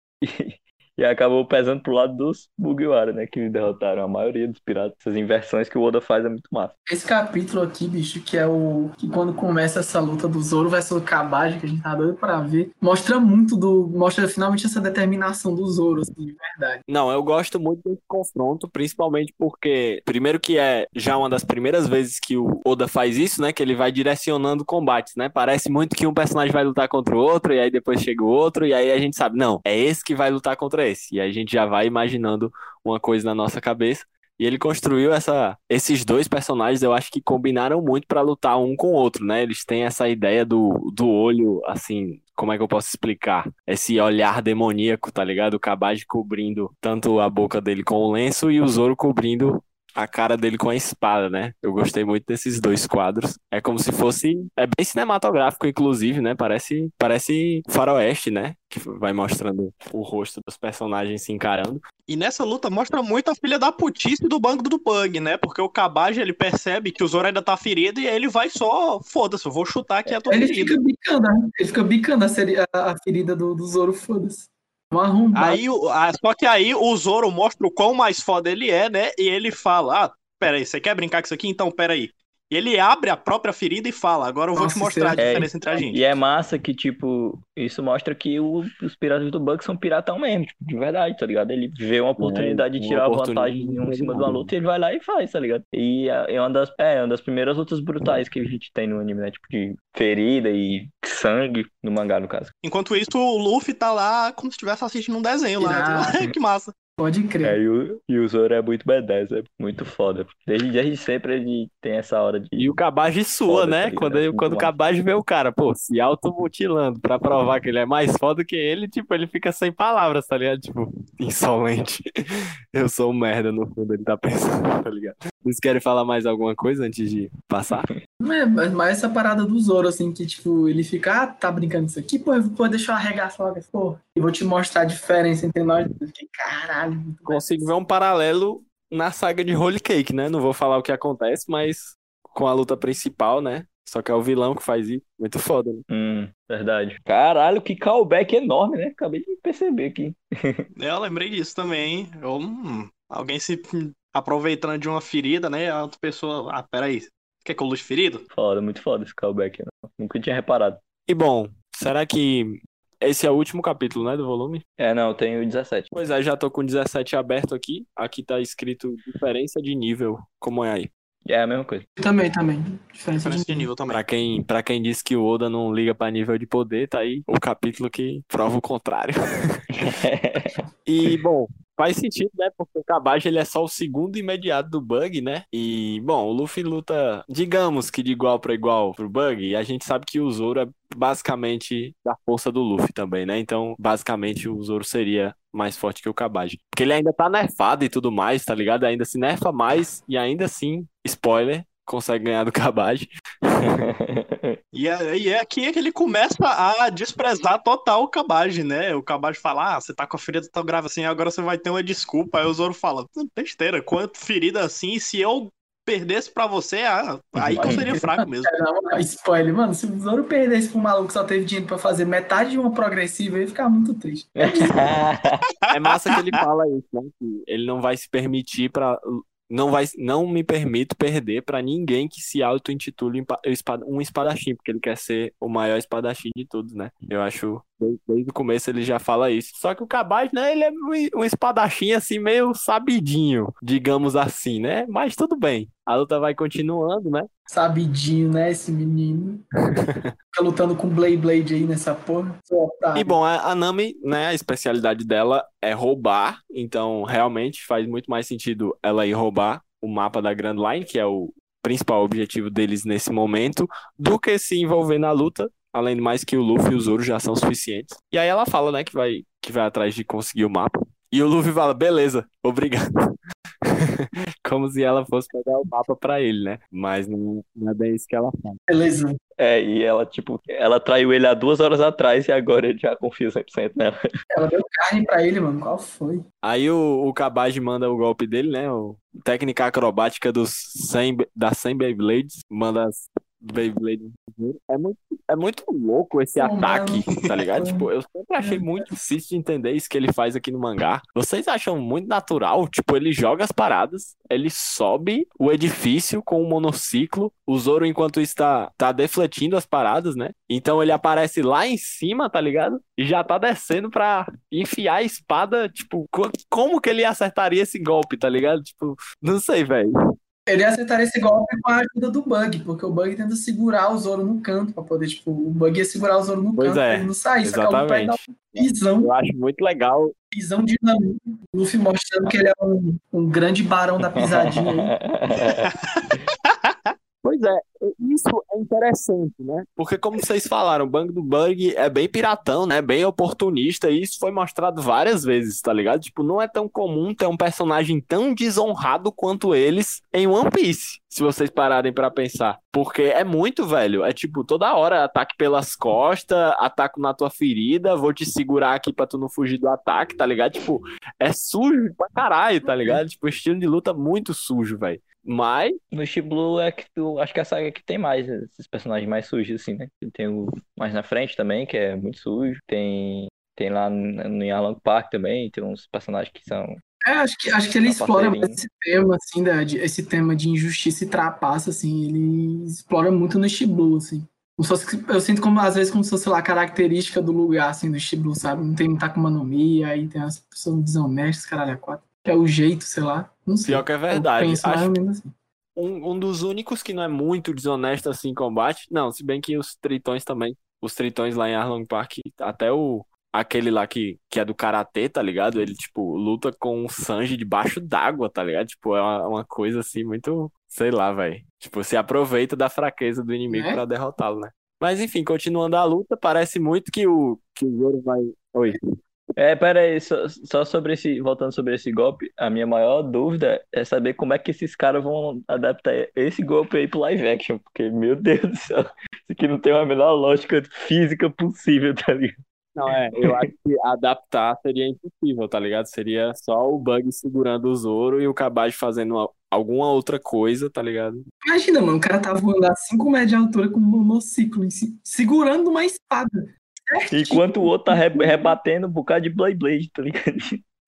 Speaker 4: e acabou pesando pro lado dos Mugiwara, né? Que derrotaram a maioria dos piratas. Essas inversões que o Oda faz é muito massa.
Speaker 6: Esse capítulo aqui, bicho, que é o... que quando começa essa luta do Zoro versus o Kabaji, que a gente tá doido pra ver, mostra muito mostra finalmente essa determinação do Zoro, assim, de verdade.
Speaker 3: Não, eu gosto muito desse confronto, principalmente porque, primeiro que é já uma das primeiras vezes que o Oda faz isso, né? Que ele vai direcionando combates, né? Parece muito que um personagem vai lutar contra o outro, e aí depois chega o outro, e aí a gente sabe, não, é esse que vai lutar contra esse. E aí a gente já vai imaginando uma coisa na nossa cabeça. E ele construiu esses dois personagens, eu acho que combinaram muito pra lutar um com o outro, né? Eles têm essa ideia do olho, assim, como é que eu posso explicar? Esse olhar demoníaco, tá ligado? O Kabaji cobrindo tanto a boca dele com o lenço e o Zoro cobrindo a cara dele com a espada, né? Eu gostei muito desses dois quadros. É como se fosse... É bem cinematográfico, inclusive, né? Parece faroeste, né? Que vai mostrando o rosto dos personagens se encarando.
Speaker 5: E nessa luta mostra muito a filha da putice do bando do Bug, né? Porque o Kabaji, ele percebe que o Zoro ainda tá ferido e aí ele vai só... Foda-se, eu vou chutar aqui a tua ferida.
Speaker 6: Ele fica bicando a ferida do Zoro, foda-se.
Speaker 5: Aí, só que aí o Zoro mostra o quão mais foda ele é, né? E ele fala, peraí, você quer brincar com isso aqui? Então, peraí. E ele abre a própria ferida e fala, agora eu vou te mostrar a diferença entre a gente.
Speaker 4: E é massa que, tipo, isso mostra que os piratas do Bug são piratão mesmo, tipo, de verdade, tá ligado? Ele vê uma oportunidade de tirar a vantagem em cima de uma luta e ele vai lá e faz, tá ligado? E é uma das primeiras lutas brutais que a gente tem no anime, né? Tipo, de ferida e sangue no mangá, no caso.
Speaker 5: Enquanto isso, o Luffy tá lá como se estivesse assistindo um desenho lá. Que massa.
Speaker 6: Pode crer.
Speaker 4: E o Zoro é muito B10, é muito foda. Desde sempre ele tem essa hora de...
Speaker 3: E o Kabaji sua, foda, né? Tá quando o Kabaji vê o cara, pô, se automutilando pra provar que ele é mais foda que ele, tipo, ele fica sem palavras, tá ligado? Tipo, insolente. Eu sou um merda, no fundo, ele tá pensando, tá ligado? Vocês querem falar mais alguma coisa antes de passar?
Speaker 6: Mas essa parada do Zoro, assim, que, tipo, ele fica, tá brincando isso aqui, pô, deixa eu arregaçar logo, pô, e vou te mostrar a diferença entre nós. Eu fiquei, caralho.
Speaker 3: Consigo ver um paralelo na saga de Holy Cake, né? Não vou falar o que acontece, mas com a luta principal, né? Só que é o vilão que faz isso. Muito foda, né?
Speaker 4: Verdade. Caralho, que callback enorme, né? Acabei de perceber aqui.
Speaker 5: Eu lembrei disso também. Alguém se aproveitando de uma ferida, né? A outra pessoa... peraí. Quer que eu lute ferido?
Speaker 4: Foda, muito foda esse callback. Né? Nunca tinha reparado.
Speaker 3: E bom, será que... Esse é o último capítulo, né, do volume?
Speaker 4: Não, tem o 17.
Speaker 3: Pois é, já tô com o 17 aberto aqui. Aqui tá escrito diferença de nível. Como é aí?
Speaker 4: É a mesma coisa.
Speaker 6: Também.
Speaker 5: Diferença de nível também.
Speaker 3: Pra quem disse que o Oda não liga pra nível de poder, tá aí o capítulo que prova o contrário. E, bom, Faz sentido, né? Porque o Kabaji, ele é só o segundo imediato do Bug, né? E, bom, o Luffy luta, digamos que de igual pra igual pro Bug, e a gente sabe que o Zoro é basicamente da força do Luffy também, né? Então, basicamente, o Zoro seria mais forte que o Kabaji. Porque ele ainda tá nerfado e tudo mais, tá ligado? Ainda se nerfa mais e ainda assim, spoiler, consegue ganhar do Kabaji.
Speaker 5: E é aqui que ele começa a desprezar total o Kabaji, né? O Kabaji fala, você tá com a ferida tão grave assim, agora você vai ter uma desculpa. Aí o Zoro fala, besteira, quanto ferida assim, se eu perdesse pra você, aí que eu seria fraco mesmo.
Speaker 6: Não, spoiler, mano, se o Zoro perdesse pro maluco que só teve dinheiro pra fazer metade de uma progressiva, eu ia ficar muito triste.
Speaker 3: É massa que ele fala isso, né? Que ele não vai se permitir pra... Não me permito perder pra ninguém que se auto-intitule um espadachim, porque ele quer ser o maior espadachim de todos, né? Eu acho, desde o começo ele já fala isso. Só que o Kabaji, né, ele é um espadachim assim, meio sabidinho, digamos assim, né? Mas tudo bem, a luta vai continuando, né?
Speaker 6: Sabidinho, né, esse menino. Fica lutando com Blade aí nessa porra.
Speaker 3: E bom, a Nami, né, a especialidade dela é roubar, então realmente faz muito mais sentido ela ir roubar o mapa da Grand Line, que é o principal objetivo deles nesse momento, do que se envolver na luta, além do mais que o Luffy e o Zoro já são suficientes. E aí ela fala, né, que vai atrás de conseguir o mapa. E o Luffy fala, beleza, obrigado. Como se ela fosse pegar o mapa pra ele, né? Mas não é bem isso que ela fala.
Speaker 6: Beleza.
Speaker 4: E ela, tipo, ela traiu ele há 2 horas atrás e agora ele já confia 100% nela.
Speaker 6: Ela deu carne pra ele, mano. Qual foi?
Speaker 3: Aí o Kabaji manda o golpe dele, né? Técnica acrobática das 100 Beyblades. Manda as Beyblades. É muito louco esse ataque, tá ligado? Tipo, eu sempre achei muito difícil de entender isso que ele faz aqui no mangá. Vocês acham muito natural? Tipo, ele joga as paradas, ele sobe o edifício com um monociclo, o Zoro, enquanto está defletindo as paradas, né? Então ele aparece lá em cima, tá ligado? E já tá descendo pra enfiar a espada, tipo, como que ele acertaria esse golpe, tá ligado? Tipo, não sei, velho.
Speaker 6: Ele ia acertar esse golpe com a ajuda do Bug, porque o Bug tenta segurar o Zoro no canto pra poder, tipo, o Bug ia segurar o Zoro no canto pra ele não sair.
Speaker 3: Exatamente.
Speaker 6: Só que pisão.
Speaker 3: Eu acho muito legal.
Speaker 6: Pisão de dinamite. O Luffy mostrando que ele é um grande barão da pisadinha aí.
Speaker 3: Pois é, isso é interessante, né? Porque como vocês falaram, o Bang do Bug é bem piratão, né? Bem oportunista, e isso foi mostrado várias vezes, tá ligado? Tipo, não é tão comum ter um personagem tão desonrado quanto eles em One Piece, se vocês pararem pra pensar. Porque é muito, velho. É tipo, toda hora ataque pelas costas, ataco na tua ferida, vou te segurar aqui pra tu não fugir do ataque, tá ligado? Tipo, é sujo pra caralho, tá ligado? Tipo, estilo de luta muito sujo, velho. Mas
Speaker 4: no Shiblue é que acho que é a saga que tem mais esses personagens mais sujos, assim, né? Tem o mais na frente também, que é muito sujo. Tem lá no Yarlong Park também, tem uns personagens que são...
Speaker 6: acho que ele explora esse tema, assim, esse tema de injustiça e trapaça, assim, ele explora muito no Shiblue, assim. Eu sinto às vezes como se fosse lá a característica do lugar, assim, do Shiblue, sabe? Não tem muita Akuma no Mi, aí tem as pessoas desonestas, caralho, a quatro. Que é o jeito, sei lá, não sei.
Speaker 3: Pior que é verdade.
Speaker 6: Acho assim.
Speaker 3: Um dos únicos que não é muito desonesto assim em combate, não, se bem que os tritões também, os tritões lá em Arlong Park, até aquele lá que é do karatê, tá ligado? Ele, tipo, luta com o Sanji debaixo d'água, tá ligado? Tipo, é uma coisa assim muito, sei lá, velho. Tipo, se aproveita da fraqueza do inimigo pra derrotá-lo, né? Mas enfim, continuando a luta, parece muito que o Zoro vai... Oi.
Speaker 4: Pera aí, só sobre voltando sobre esse golpe, a minha maior dúvida é saber como é que esses caras vão adaptar esse golpe aí pro live action, porque, meu Deus do céu, isso aqui não tem a menor lógica física possível, tá ligado?
Speaker 3: Não, eu acho que adaptar seria impossível, tá ligado? Seria só o Bug segurando o Zoro e o Kabaji fazendo alguma outra coisa, tá ligado?
Speaker 6: Imagina, mano, o cara tá voando a 5 metros de altura com um monociclo segurando uma espada.
Speaker 4: Enquanto o outro tá rebatendo um bocado de Blade, tá ligado?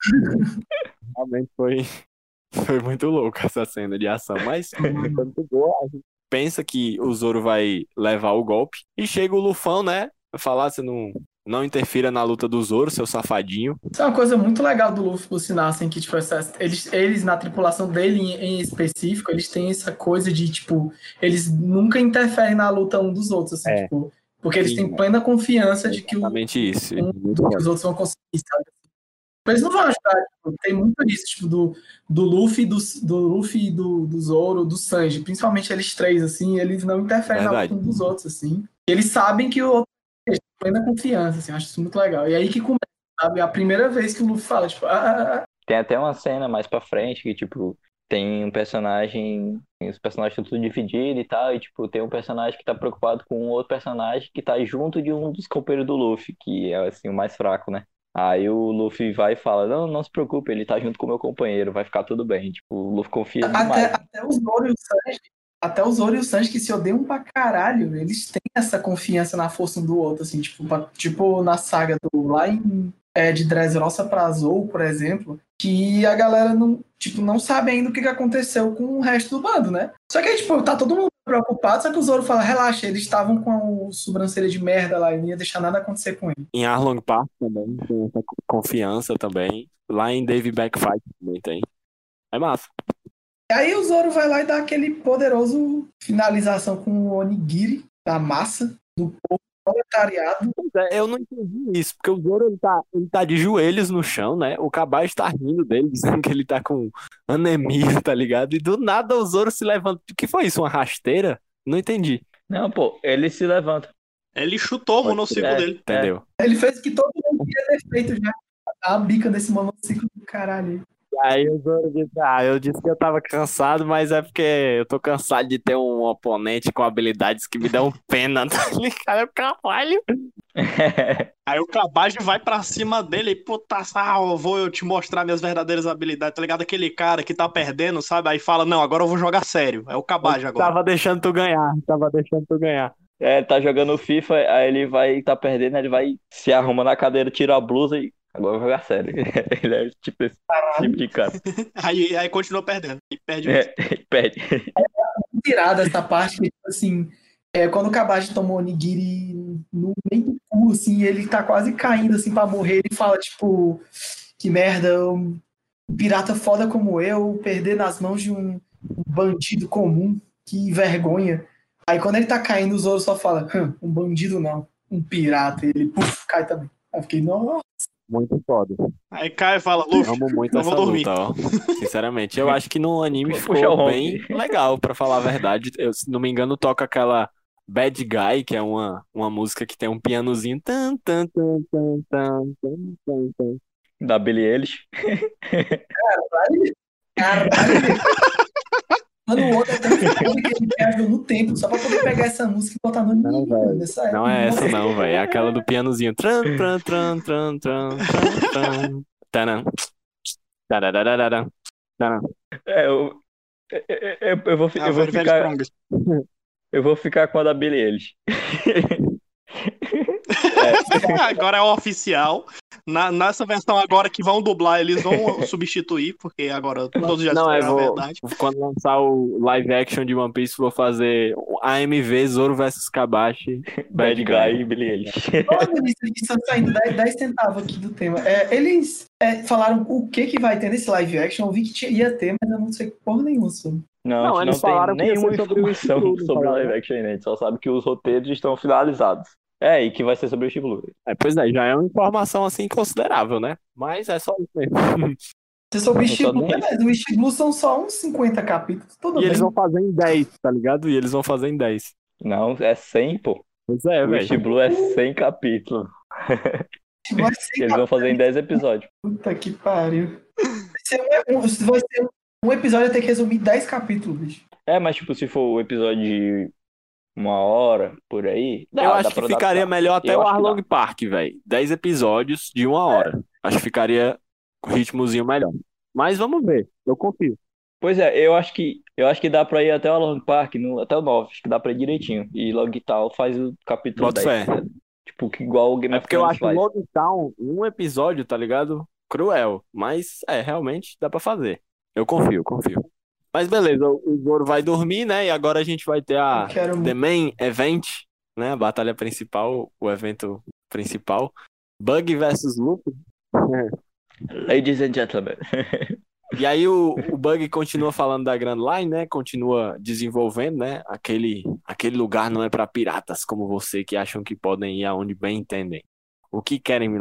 Speaker 3: Realmente foi muito louco essa cena de ação, mas quando chegou, a gente pensa que o Zoro vai levar o golpe e chega o Lufão, né? Vai falar, você não interfira na luta do Zoro, seu safadinho.
Speaker 6: Isso é uma coisa muito legal do Luffy, por sinal, assim, que, tipo, eles na tripulação dele em específico, eles têm essa coisa de, tipo, eles nunca interferem na luta um dos outros, assim, tipo... Porque eles têm plena confiança de que,
Speaker 3: isso.
Speaker 6: Que os outros vão conseguir, sabe? Eles não vão ajudar, tipo, tem muito isso, tipo, do Luffy, do Zoro, do Sanji, principalmente eles três, assim, eles não interferem na luta dos outros, assim. Eles sabem que o outro tem plena confiança, assim, eu acho isso muito legal. E aí que começa, sabe, a primeira vez que o Luffy fala, tipo,
Speaker 4: Tem até uma cena mais pra frente que, tipo, tem um personagem, os personagens estão tudo divididos e tal, e, tipo, tem um personagem que tá preocupado com um outro personagem que tá junto de um dos companheiros do Luffy, que é, assim, o mais fraco, né? Aí o Luffy vai e fala, não se preocupe, ele tá junto com o meu companheiro, vai ficar tudo bem. Tipo, o Luffy confia demais.
Speaker 6: Até o Zoro e o Sanji que se odeiam pra caralho, eles têm essa confiança na força um do outro, assim, tipo na saga do lá de Dressrosa pra Zou, por exemplo, que a galera não sabe ainda o que aconteceu com o resto do bando, né? Só que aí, tipo, tá todo mundo preocupado, só que o Zoro fala, relaxa, eles estavam com a sobrancelha de merda lá, e não ia deixar nada acontecer com ele.
Speaker 3: Em Arlong Park também tem essa confiança também. Lá em Dave Backfight também tem. É massa.
Speaker 6: Aí o Zoro vai lá e dá aquele poderoso finalização com o Onigiri da massa do povo proletariado.
Speaker 3: Eu não entendi isso, porque o Zoro ele tá de joelhos no chão, né? O Kabaji tá rindo dele, dizendo que ele tá com anemia, tá ligado? E do nada o Zoro se levanta. O que foi isso? Uma rasteira? Não entendi.
Speaker 4: Não, pô, ele se levanta.
Speaker 5: Ele chutou o monociclo dele.
Speaker 3: Entendeu?
Speaker 6: Ele fez o que todo mundo queria ter feito já. A bica desse monociclo do caralho.
Speaker 3: Aí o Zoro disse, eu disse que eu tava cansado, mas é porque eu tô cansado de ter um oponente com habilidades que me dão pena, tá ligado? Caralho.
Speaker 5: Aí o Kabaji vai pra cima dele e, puta, eu vou te mostrar minhas verdadeiras habilidades, tá ligado? Aquele cara que tá perdendo, sabe? Aí fala, não, agora eu vou jogar sério. É o Kabaji agora.
Speaker 3: Tava deixando tu ganhar.
Speaker 4: É, tá jogando FIFA, aí ele tá perdendo, ele vai se arruma na cadeira, tira a blusa e agora eu vou jogar sério. Ele é tipo esse tipo de cara.
Speaker 5: Aí continua perdendo. E perde.
Speaker 4: Perde.
Speaker 6: É tirada essa parte, tipo assim, quando o Kabaji tomou o Nigiri no meio do cu, assim, ele tá quase caindo, assim, pra morrer, ele fala, tipo, que merda, um pirata foda como eu, perder nas mãos de um bandido comum, que vergonha. Aí quando ele tá caindo, o Zoro só fala, um bandido não, um pirata, e ele, cai também. Aí eu fiquei, nossa.
Speaker 3: Muito foda.
Speaker 5: Aí cai e fala, Luffy,
Speaker 3: amo muito
Speaker 5: eu
Speaker 3: essa
Speaker 5: vou dormir.
Speaker 3: luta, ó. Sinceramente, eu acho que no anime ficou bem legal, pra falar a verdade. Eu, se não me engano, toca aquela Bad Guy, que é uma música que tem um pianozinho. Tan, tan, tan, tan, tan, tan, tan, tan.
Speaker 4: Da Billie Eilish.
Speaker 6: Caralho. Mano, o outro é tão foda que ele viajou no tempo só pra poder pegar essa música e botar no anime.
Speaker 3: Não é essa não, velho. É aquela do pianozinho. Tran, tran, tran, tran, tran, tran, tran. Tarararara.
Speaker 4: Eu vou ficar com a da Billie Eilish.
Speaker 5: Agora é oficial. Nessa versão agora que vão dublar, eles vão substituir, porque agora todos já sabem a verdade.
Speaker 3: Quando lançar o live action de One Piece, vou fazer AMV Zoro vs Kabashi,
Speaker 4: Bad Guy e Billie Eilish.
Speaker 6: Olha isso saindo 10 centavos aqui do tema. Eles falaram o que vai ter nesse live action. Eu vi que ia ter, mas eu não sei porra nenhuma sobre.
Speaker 4: Não, eles falaram tem nenhuma informação sobre o live action ainda. A gente só sabe que os roteiros estão finalizados. E que vai ser sobre o East Blue.
Speaker 3: Pois é, já é uma informação assim considerável, né? Mas é só isso mesmo.
Speaker 6: Se sobre o East Blue, beleza. O East Blue são só uns 50 capítulos. Tudo bem.
Speaker 3: Eles vão fazer em 10, tá ligado? E eles vão fazer em 10.
Speaker 4: Não, é 100, pô.
Speaker 3: Pois é, velho.
Speaker 4: O East Blue é 100 capítulos. Eles vão fazer em 10 episódios.
Speaker 6: Puta que pariu. Vai ser um episódio vai ter que resumir 10 capítulos, bicho.
Speaker 4: Mas tipo, se for o episódio de 1 hora, por aí...
Speaker 3: Eu acho que ficaria melhor até o Arlong Park, velho. 10 episódios de 1 hora. Acho que ficaria com ritmozinho melhor. Mas vamos ver, eu confio.
Speaker 4: Pois é, eu acho que dá pra ir até o Arlong Park, até o 9, acho que dá pra ir direitinho. E logo e tal faz o capítulo
Speaker 3: Bota
Speaker 4: 10.
Speaker 3: Fé.
Speaker 4: Tipo, igual o Game of Thrones.
Speaker 3: Porque eu acho logo e tal, um episódio, tá ligado? Cruel. Mas, realmente dá pra fazer. Eu confio. Mas beleza, o Zoro vai dormir, né? E agora a gente vai ter a The Main Event, né? A batalha principal, o evento principal. Bug versus Luffy.
Speaker 4: Ladies and gentlemen.
Speaker 3: E aí o Bug continua falando da Grand Line, né? Continua desenvolvendo, né? Aquele lugar não é pra piratas como você que acham que podem ir aonde bem entendem. O que querem lá?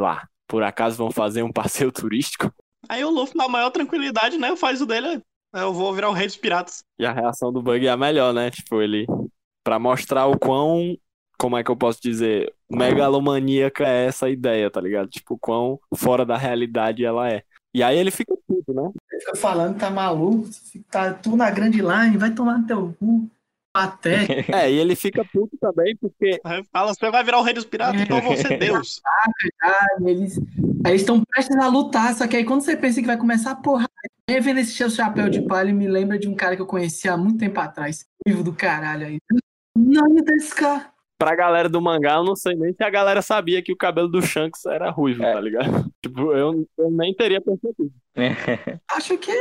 Speaker 3: por acaso vão fazer um passeio turístico?
Speaker 5: Aí o Luffy, na maior tranquilidade, né, faz o dele, eu vou virar o rei dos piratas.
Speaker 3: E a reação do Bug é a melhor, né? Tipo, ele... Pra mostrar o quão... Como é que eu posso dizer? Megalomaníaca é essa ideia, tá ligado? Tipo, quão fora da realidade ela é. E aí ele fica puto, né?
Speaker 6: Ele fica falando, tá maluco, tá tu na Grand Line, vai tomar no teu cu, patético.
Speaker 3: E ele fica puto também porque...
Speaker 5: Aí fala, você vai virar o rei dos piratas, então eu vou ser Deus.
Speaker 6: Eles estão prestes a lutar, só que aí quando você pensa que vai começar a porrada, aí vendo esse seu chapéu de palha, me lembra de um cara que eu conheci há muito tempo atrás. Vivo do caralho aí. Não me descar.
Speaker 3: Pra galera do mangá, eu não sei nem se a galera sabia que o cabelo do Shanks era ruivo, tá ligado? Tipo, eu nem teria percebido.
Speaker 6: Acho que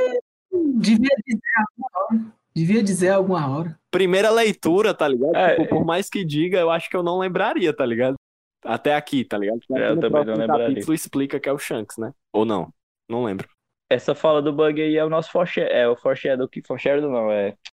Speaker 6: devia dizer alguma hora.
Speaker 3: Primeira leitura, tá ligado? Tipo, por mais que diga, eu acho que eu não lembraria, tá ligado? Até aqui, tá ligado?
Speaker 4: Eu também não lembraria.
Speaker 3: O capítulo explica que é o Shanks, né? Ou não? Não lembro.
Speaker 4: Essa fala do Bug aí é o nosso Foreshadow, não,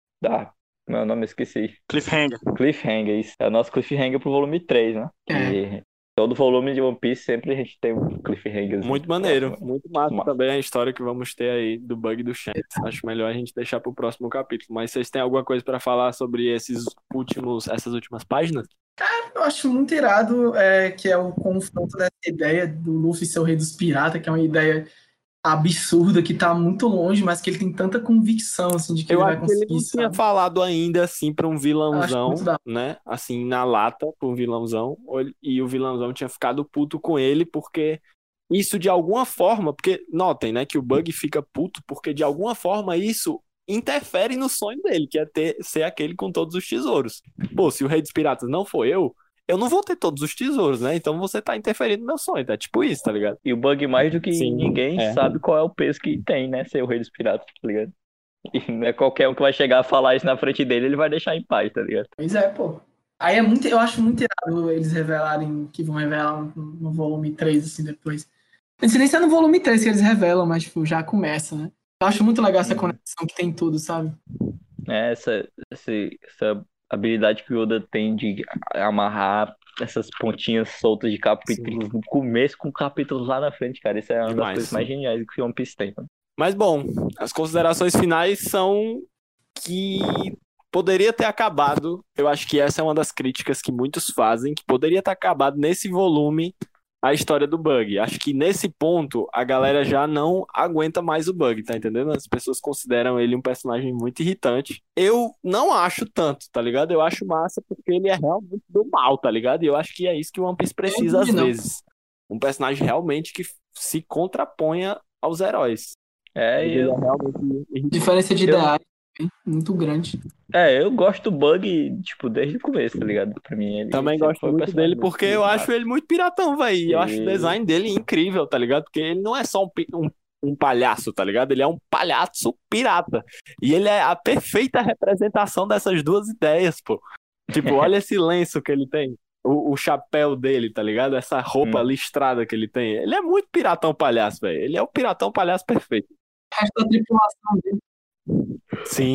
Speaker 4: meu nome eu esqueci. Cliffhanger, isso. É o nosso Cliffhanger pro volume 3, né? E todo volume de One Piece sempre a gente tem um Cliffhanger.
Speaker 3: Muito maneiro, muito massa também a história que vamos ter aí do Bug e do Shanks. Acho melhor a gente deixar pro próximo capítulo. Mas vocês têm alguma coisa pra falar sobre essas últimas páginas?
Speaker 6: Eu acho muito irado que é o confronto dessa ideia do Luffy ser o rei dos piratas, que é uma ideia absurda, que tá muito longe, mas que ele tem tanta convicção, assim, de que ele vai conseguir. Eu acho que ele não tinha
Speaker 3: falado ainda, assim, pra um vilãozão, né? Assim, na lata, pra um vilãozão, e o vilãozão tinha ficado puto com ele, porque isso de alguma forma, porque notem, né, que o Bug fica puto, porque de alguma forma isso interfere no sonho dele, que é ser aquele com todos os tesouros. Pô, se o rei dos piratas não for eu não vou ter todos os tesouros, né? Então você tá interferindo no meu sonho, tá? Tipo isso, tá ligado?
Speaker 4: E o Bug, mais do que ninguém, sabe qual é o peso que tem, né? Ser o rei dos piratas, tá ligado? E não é qualquer um que vai chegar a falar isso na frente dele, ele vai deixar em paz, tá ligado?
Speaker 6: Pois pô. Aí eu acho muito irado eles revelarem, que vão revelar no volume 3, assim, depois. Não sei nem se é no volume 3 que eles revelam, mas, tipo, já começa, né? Eu acho muito legal essa conexão que tem tudo, sabe?
Speaker 4: Essa habilidade que o Oda tem de amarrar essas pontinhas soltas de capítulos no começo com capítulos lá na frente, cara. Isso é uma das coisas mais geniais que o One Piece tem. Né?
Speaker 3: Mas, bom, as considerações finais são que poderia ter acabado, eu acho que essa é uma das críticas que muitos fazem, que poderia ter acabado nesse volume a história do Bug. Acho que nesse ponto a galera já não aguenta mais o Bug, tá entendendo? As pessoas consideram ele um personagem muito irritante. Eu não acho tanto, tá ligado? Eu acho massa porque ele é realmente do mal, tá ligado? E eu acho que é isso que o One Piece precisa às vezes. Um personagem realmente que se contraponha aos heróis.
Speaker 4: Ele é
Speaker 6: realmente irritante. Diferença de ideais muito grande.
Speaker 4: Eu gosto do Bug, tipo, desde o começo, tá ligado? Pra mim, ele
Speaker 3: também gosto muito dele porque eu acho ele muito piratão, velho. Eu acho o design dele incrível, tá ligado? Porque ele não é só um palhaço, tá ligado? Ele é um palhaço pirata. E ele é a perfeita representação dessas duas ideias, pô. Tipo, olha esse lenço que ele tem. O chapéu dele, tá ligado? Essa roupa listrada que ele tem. Ele é muito piratão palhaço, velho. Ele é o piratão palhaço perfeito.
Speaker 6: O resto da tripulação dele.
Speaker 3: Sim,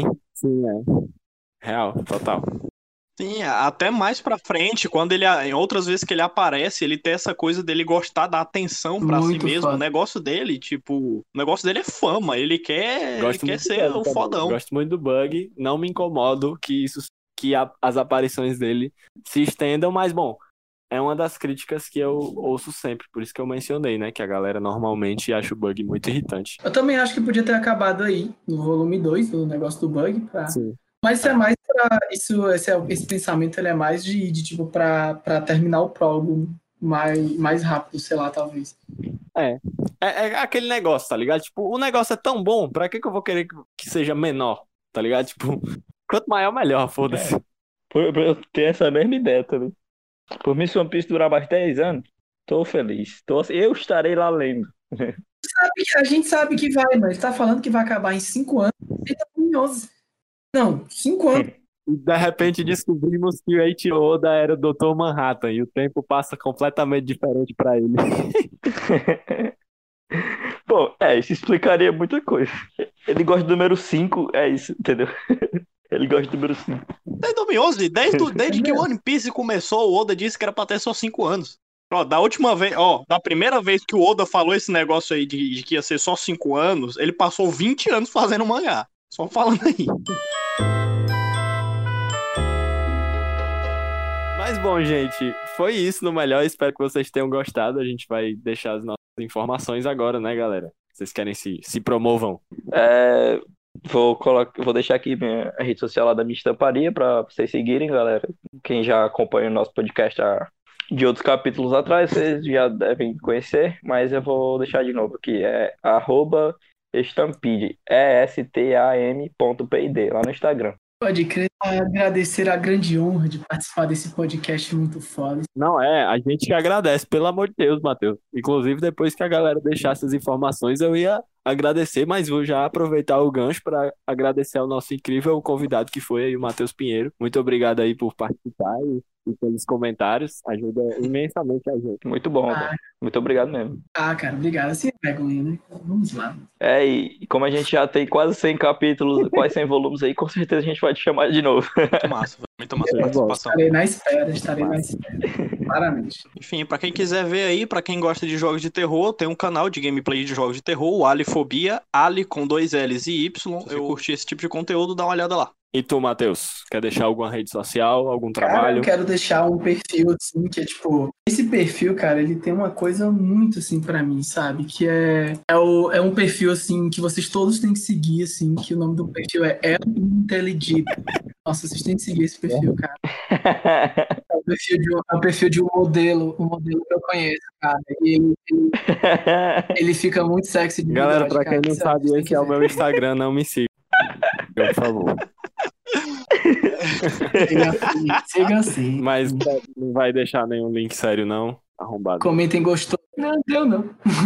Speaker 3: real, total.
Speaker 5: Sim, até mais pra frente, quando ele, em outras vezes que ele aparece, ele tem essa coisa dele gostar da atenção pra si mesmo. Foda. O negócio dele, é fama. Ele quer ser o fodão.
Speaker 3: Gosto muito do Bug, não me incomodo que as aparições dele se estendam, mas bom, é uma das críticas que eu ouço sempre, por isso que eu mencionei, né, que a galera normalmente acha o Bug muito irritante.
Speaker 6: Eu também acho que podia ter acabado aí, no volume 2, do negócio do Bug,
Speaker 3: Sim.
Speaker 6: Mas isso é mais pra... Esse pensamento ele é mais de tipo, pra terminar o prólogo mais rápido, sei lá, talvez.
Speaker 3: É aquele negócio, tá ligado? Tipo, o negócio é tão bom, pra que eu vou querer que seja menor, tá ligado? Tipo, quanto maior, melhor, foda-se.
Speaker 4: Eu tenho essa mesma ideia também. Por mim, se One Piece durar mais 10 anos, tô feliz. Eu estarei lá lendo.
Speaker 6: A gente sabe que vai, mas tá falando que vai acabar em 5 anos. Ele tá com 11. Não, 5 anos.
Speaker 3: E de repente descobrimos que o Eiichiro Oda era o Dr. Manhattan e o tempo passa completamente diferente pra ele.
Speaker 4: Bom, isso explicaria muita coisa. Ele gosta do número 5, é isso, entendeu? Ele gosta do número 5.
Speaker 5: Desde 2011, desde que o One Piece começou, o Oda disse que era pra ter só 5 anos. Ó, da última vez, ó, da primeira vez que o Oda falou esse negócio aí de que ia ser só 5 anos, ele passou 20 anos fazendo mangá. Só falando aí.
Speaker 3: Mas bom, gente, foi isso no melhor. Espero que vocês tenham gostado. A gente vai deixar as nossas informações agora, né, galera? Vocês querem se promovam?
Speaker 4: Vou deixar aqui a rede social lá da minha estamparia para vocês seguirem, galera. Quem já acompanha o nosso podcast de outros capítulos atrás, vocês já devem conhecer, mas eu vou deixar de novo aqui. É @estampide, ESTAM.PID, lá no Instagram.
Speaker 6: Pode crer. Agradecer a grande honra de participar desse podcast muito foda.
Speaker 3: Não, a gente que agradece, pelo amor de Deus, Matheus. Inclusive, depois que a galera deixasse as informações, eu ia agradecer, mas vou já aproveitar o gancho para agradecer ao nosso incrível convidado que foi aí, o Matheus Pinheiro. Muito obrigado aí por participar e pelos comentários. Ajuda imensamente a gente.
Speaker 4: Muito bom, cara. Muito obrigado mesmo.
Speaker 6: Cara, obrigado. Assim é vergonha, né? Vamos lá.
Speaker 4: E como a gente já tem quase 100 capítulos, quase 100 volumes aí, com certeza a gente vai te chamar de novo.
Speaker 5: Muito massa a participação.
Speaker 6: Estarei na espera. Claramente.
Speaker 5: Enfim, pra quem quiser ver aí, pra quem gosta de jogos de terror, tem um canal de gameplay de jogos de terror, o Alifobia, Ali com 2 L's e Y. Se eu curti esse tipo de conteúdo, dá uma olhada lá.
Speaker 3: E tu, Matheus, quer deixar alguma rede social, algum trabalho?
Speaker 6: Eu quero deixar um perfil, assim, que é tipo... Esse perfil, cara, ele tem uma coisa muito, assim, pra mim, sabe? Que é um perfil, assim, que vocês todos têm que seguir, assim, que o nome do perfil é El Inteligível. Nossa, vocês têm que seguir esse perfil, cara. É o perfil de um modelo que eu conheço, cara. E ele fica muito sexy de
Speaker 3: Galera,
Speaker 6: verdade,
Speaker 3: pra quem não sabe, esse é o meu Instagram, não me siga, por favor.
Speaker 6: Siga assim.
Speaker 3: Mas não vai deixar nenhum link sério, não? Arrombado.
Speaker 6: Comentem gostou. Não, deu não.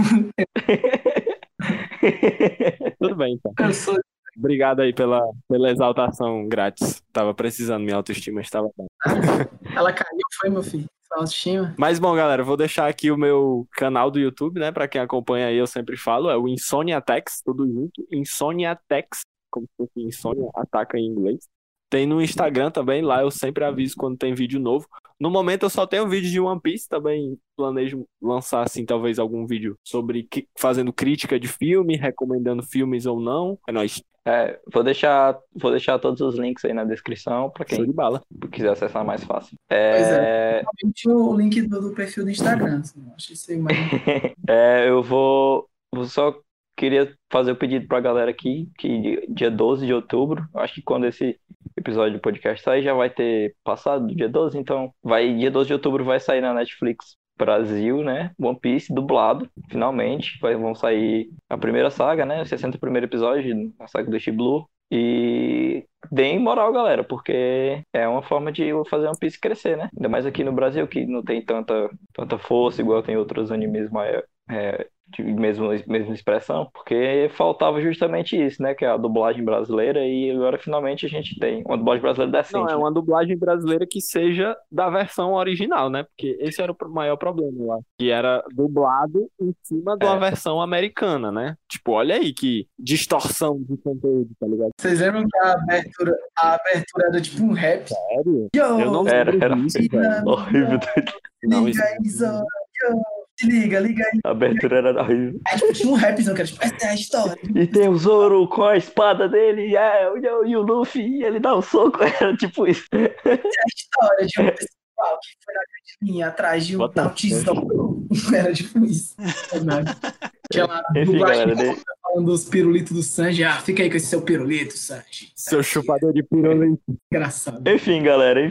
Speaker 3: Tudo bem, então.
Speaker 6: Eu
Speaker 3: Obrigado aí pela exaltação grátis. Tava precisando, minha autoestima estava bem.
Speaker 6: Ela caiu, foi, meu filho? Sua autoestima?
Speaker 3: Mas bom, galera, vou deixar aqui o meu canal do YouTube, né? Pra quem acompanha aí, eu sempre falo, é o Insomniatex, tudo junto. Insomniatex, como se fosse insônia, ataca em inglês. Tem no Instagram também, lá eu sempre aviso quando tem vídeo novo. No momento eu só tenho vídeo de One Piece, também planejo lançar, assim, talvez algum vídeo sobre fazendo crítica de filme, recomendando filmes ou não. É nóis.
Speaker 4: Vou deixar todos os links aí na descrição para quem quiser acessar mais fácil.
Speaker 6: Principalmente o link do perfil do Instagram. Assim, acho isso aí mais...
Speaker 4: eu vou só queria fazer o pedido pra galera aqui, que dia 12 de outubro, acho que quando esse episódio do podcast sair, já vai ter passado do dia 12, então dia 12 de outubro vai sair na Netflix Brasil, né? One Piece dublado, finalmente. Vão sair a primeira saga, né? 61º episódio, a saga do East Blue. E deem moral, galera, porque é uma forma de fazer One Piece crescer, né? Ainda mais aqui no Brasil, que não tem tanta força, igual tem outros animes maiores. De mesma expressão, porque faltava justamente isso, né? Que é a dublagem brasileira, e agora finalmente a gente tem uma dublagem brasileira decente.
Speaker 3: Não, é uma dublagem brasileira que seja da versão original, né? Porque esse era o maior problema lá. Que era dublado em cima de uma versão americana, né? Tipo, olha aí que distorção de conteúdo, tá ligado?
Speaker 6: Vocês lembram que a abertura era tipo um rap?
Speaker 3: Sério?
Speaker 6: Yo,
Speaker 3: eu não
Speaker 4: era
Speaker 3: isso, velho.
Speaker 4: horrível.
Speaker 3: Não,
Speaker 6: liga
Speaker 3: isso...
Speaker 6: aí, yo. Liga aí.
Speaker 4: A abertura era horrível.
Speaker 6: Aí tipo, tinha um rapzão que era tipo, essa é a história.
Speaker 4: E tem o Zoro com a espada dele, e o Luffy, ele dá um soco, era tipo isso.
Speaker 6: Essa é a história de um pessoal que foi na grande linha atrás de um tal tesouro. Era tipo isso. Tinha lá
Speaker 4: Enfim, galera,
Speaker 6: falando dos pirulitos do Sanji. Fica aí com esse seu pirulito, Sanji.
Speaker 3: Seu chupador de pirulito.
Speaker 6: Engraçado.
Speaker 4: Enfim, galera,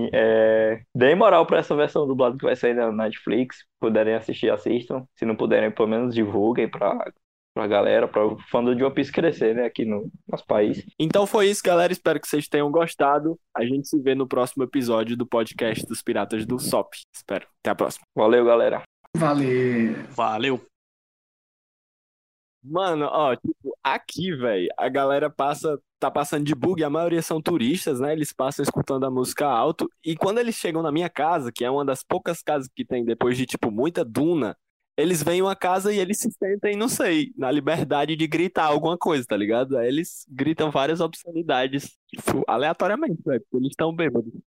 Speaker 4: deem moral pra essa versão dublada que vai sair na Netflix. Se puderem assistir, assistam. Se não puderem, pelo menos divulguem pra galera, pra o fã do One Piece crescer, né, aqui no nosso país.
Speaker 3: Então foi isso, galera. Espero que vocês tenham gostado. A gente se vê no próximo episódio do podcast dos Piratas do SOP. Espero. Até a próxima.
Speaker 4: Valeu, galera.
Speaker 5: Valeu.
Speaker 3: Mano, tipo, aqui, velho, a galera tá passando de bug, a maioria são turistas, né? Eles passam escutando a música alto, e quando eles chegam na minha casa, que é uma das poucas casas que tem depois de, tipo, muita duna, eles veem uma casa e eles se sentem, não sei, na liberdade de gritar alguma coisa, tá ligado? Aí eles gritam várias obscenidades, tipo, aleatoriamente, velho, porque eles estão bêbados.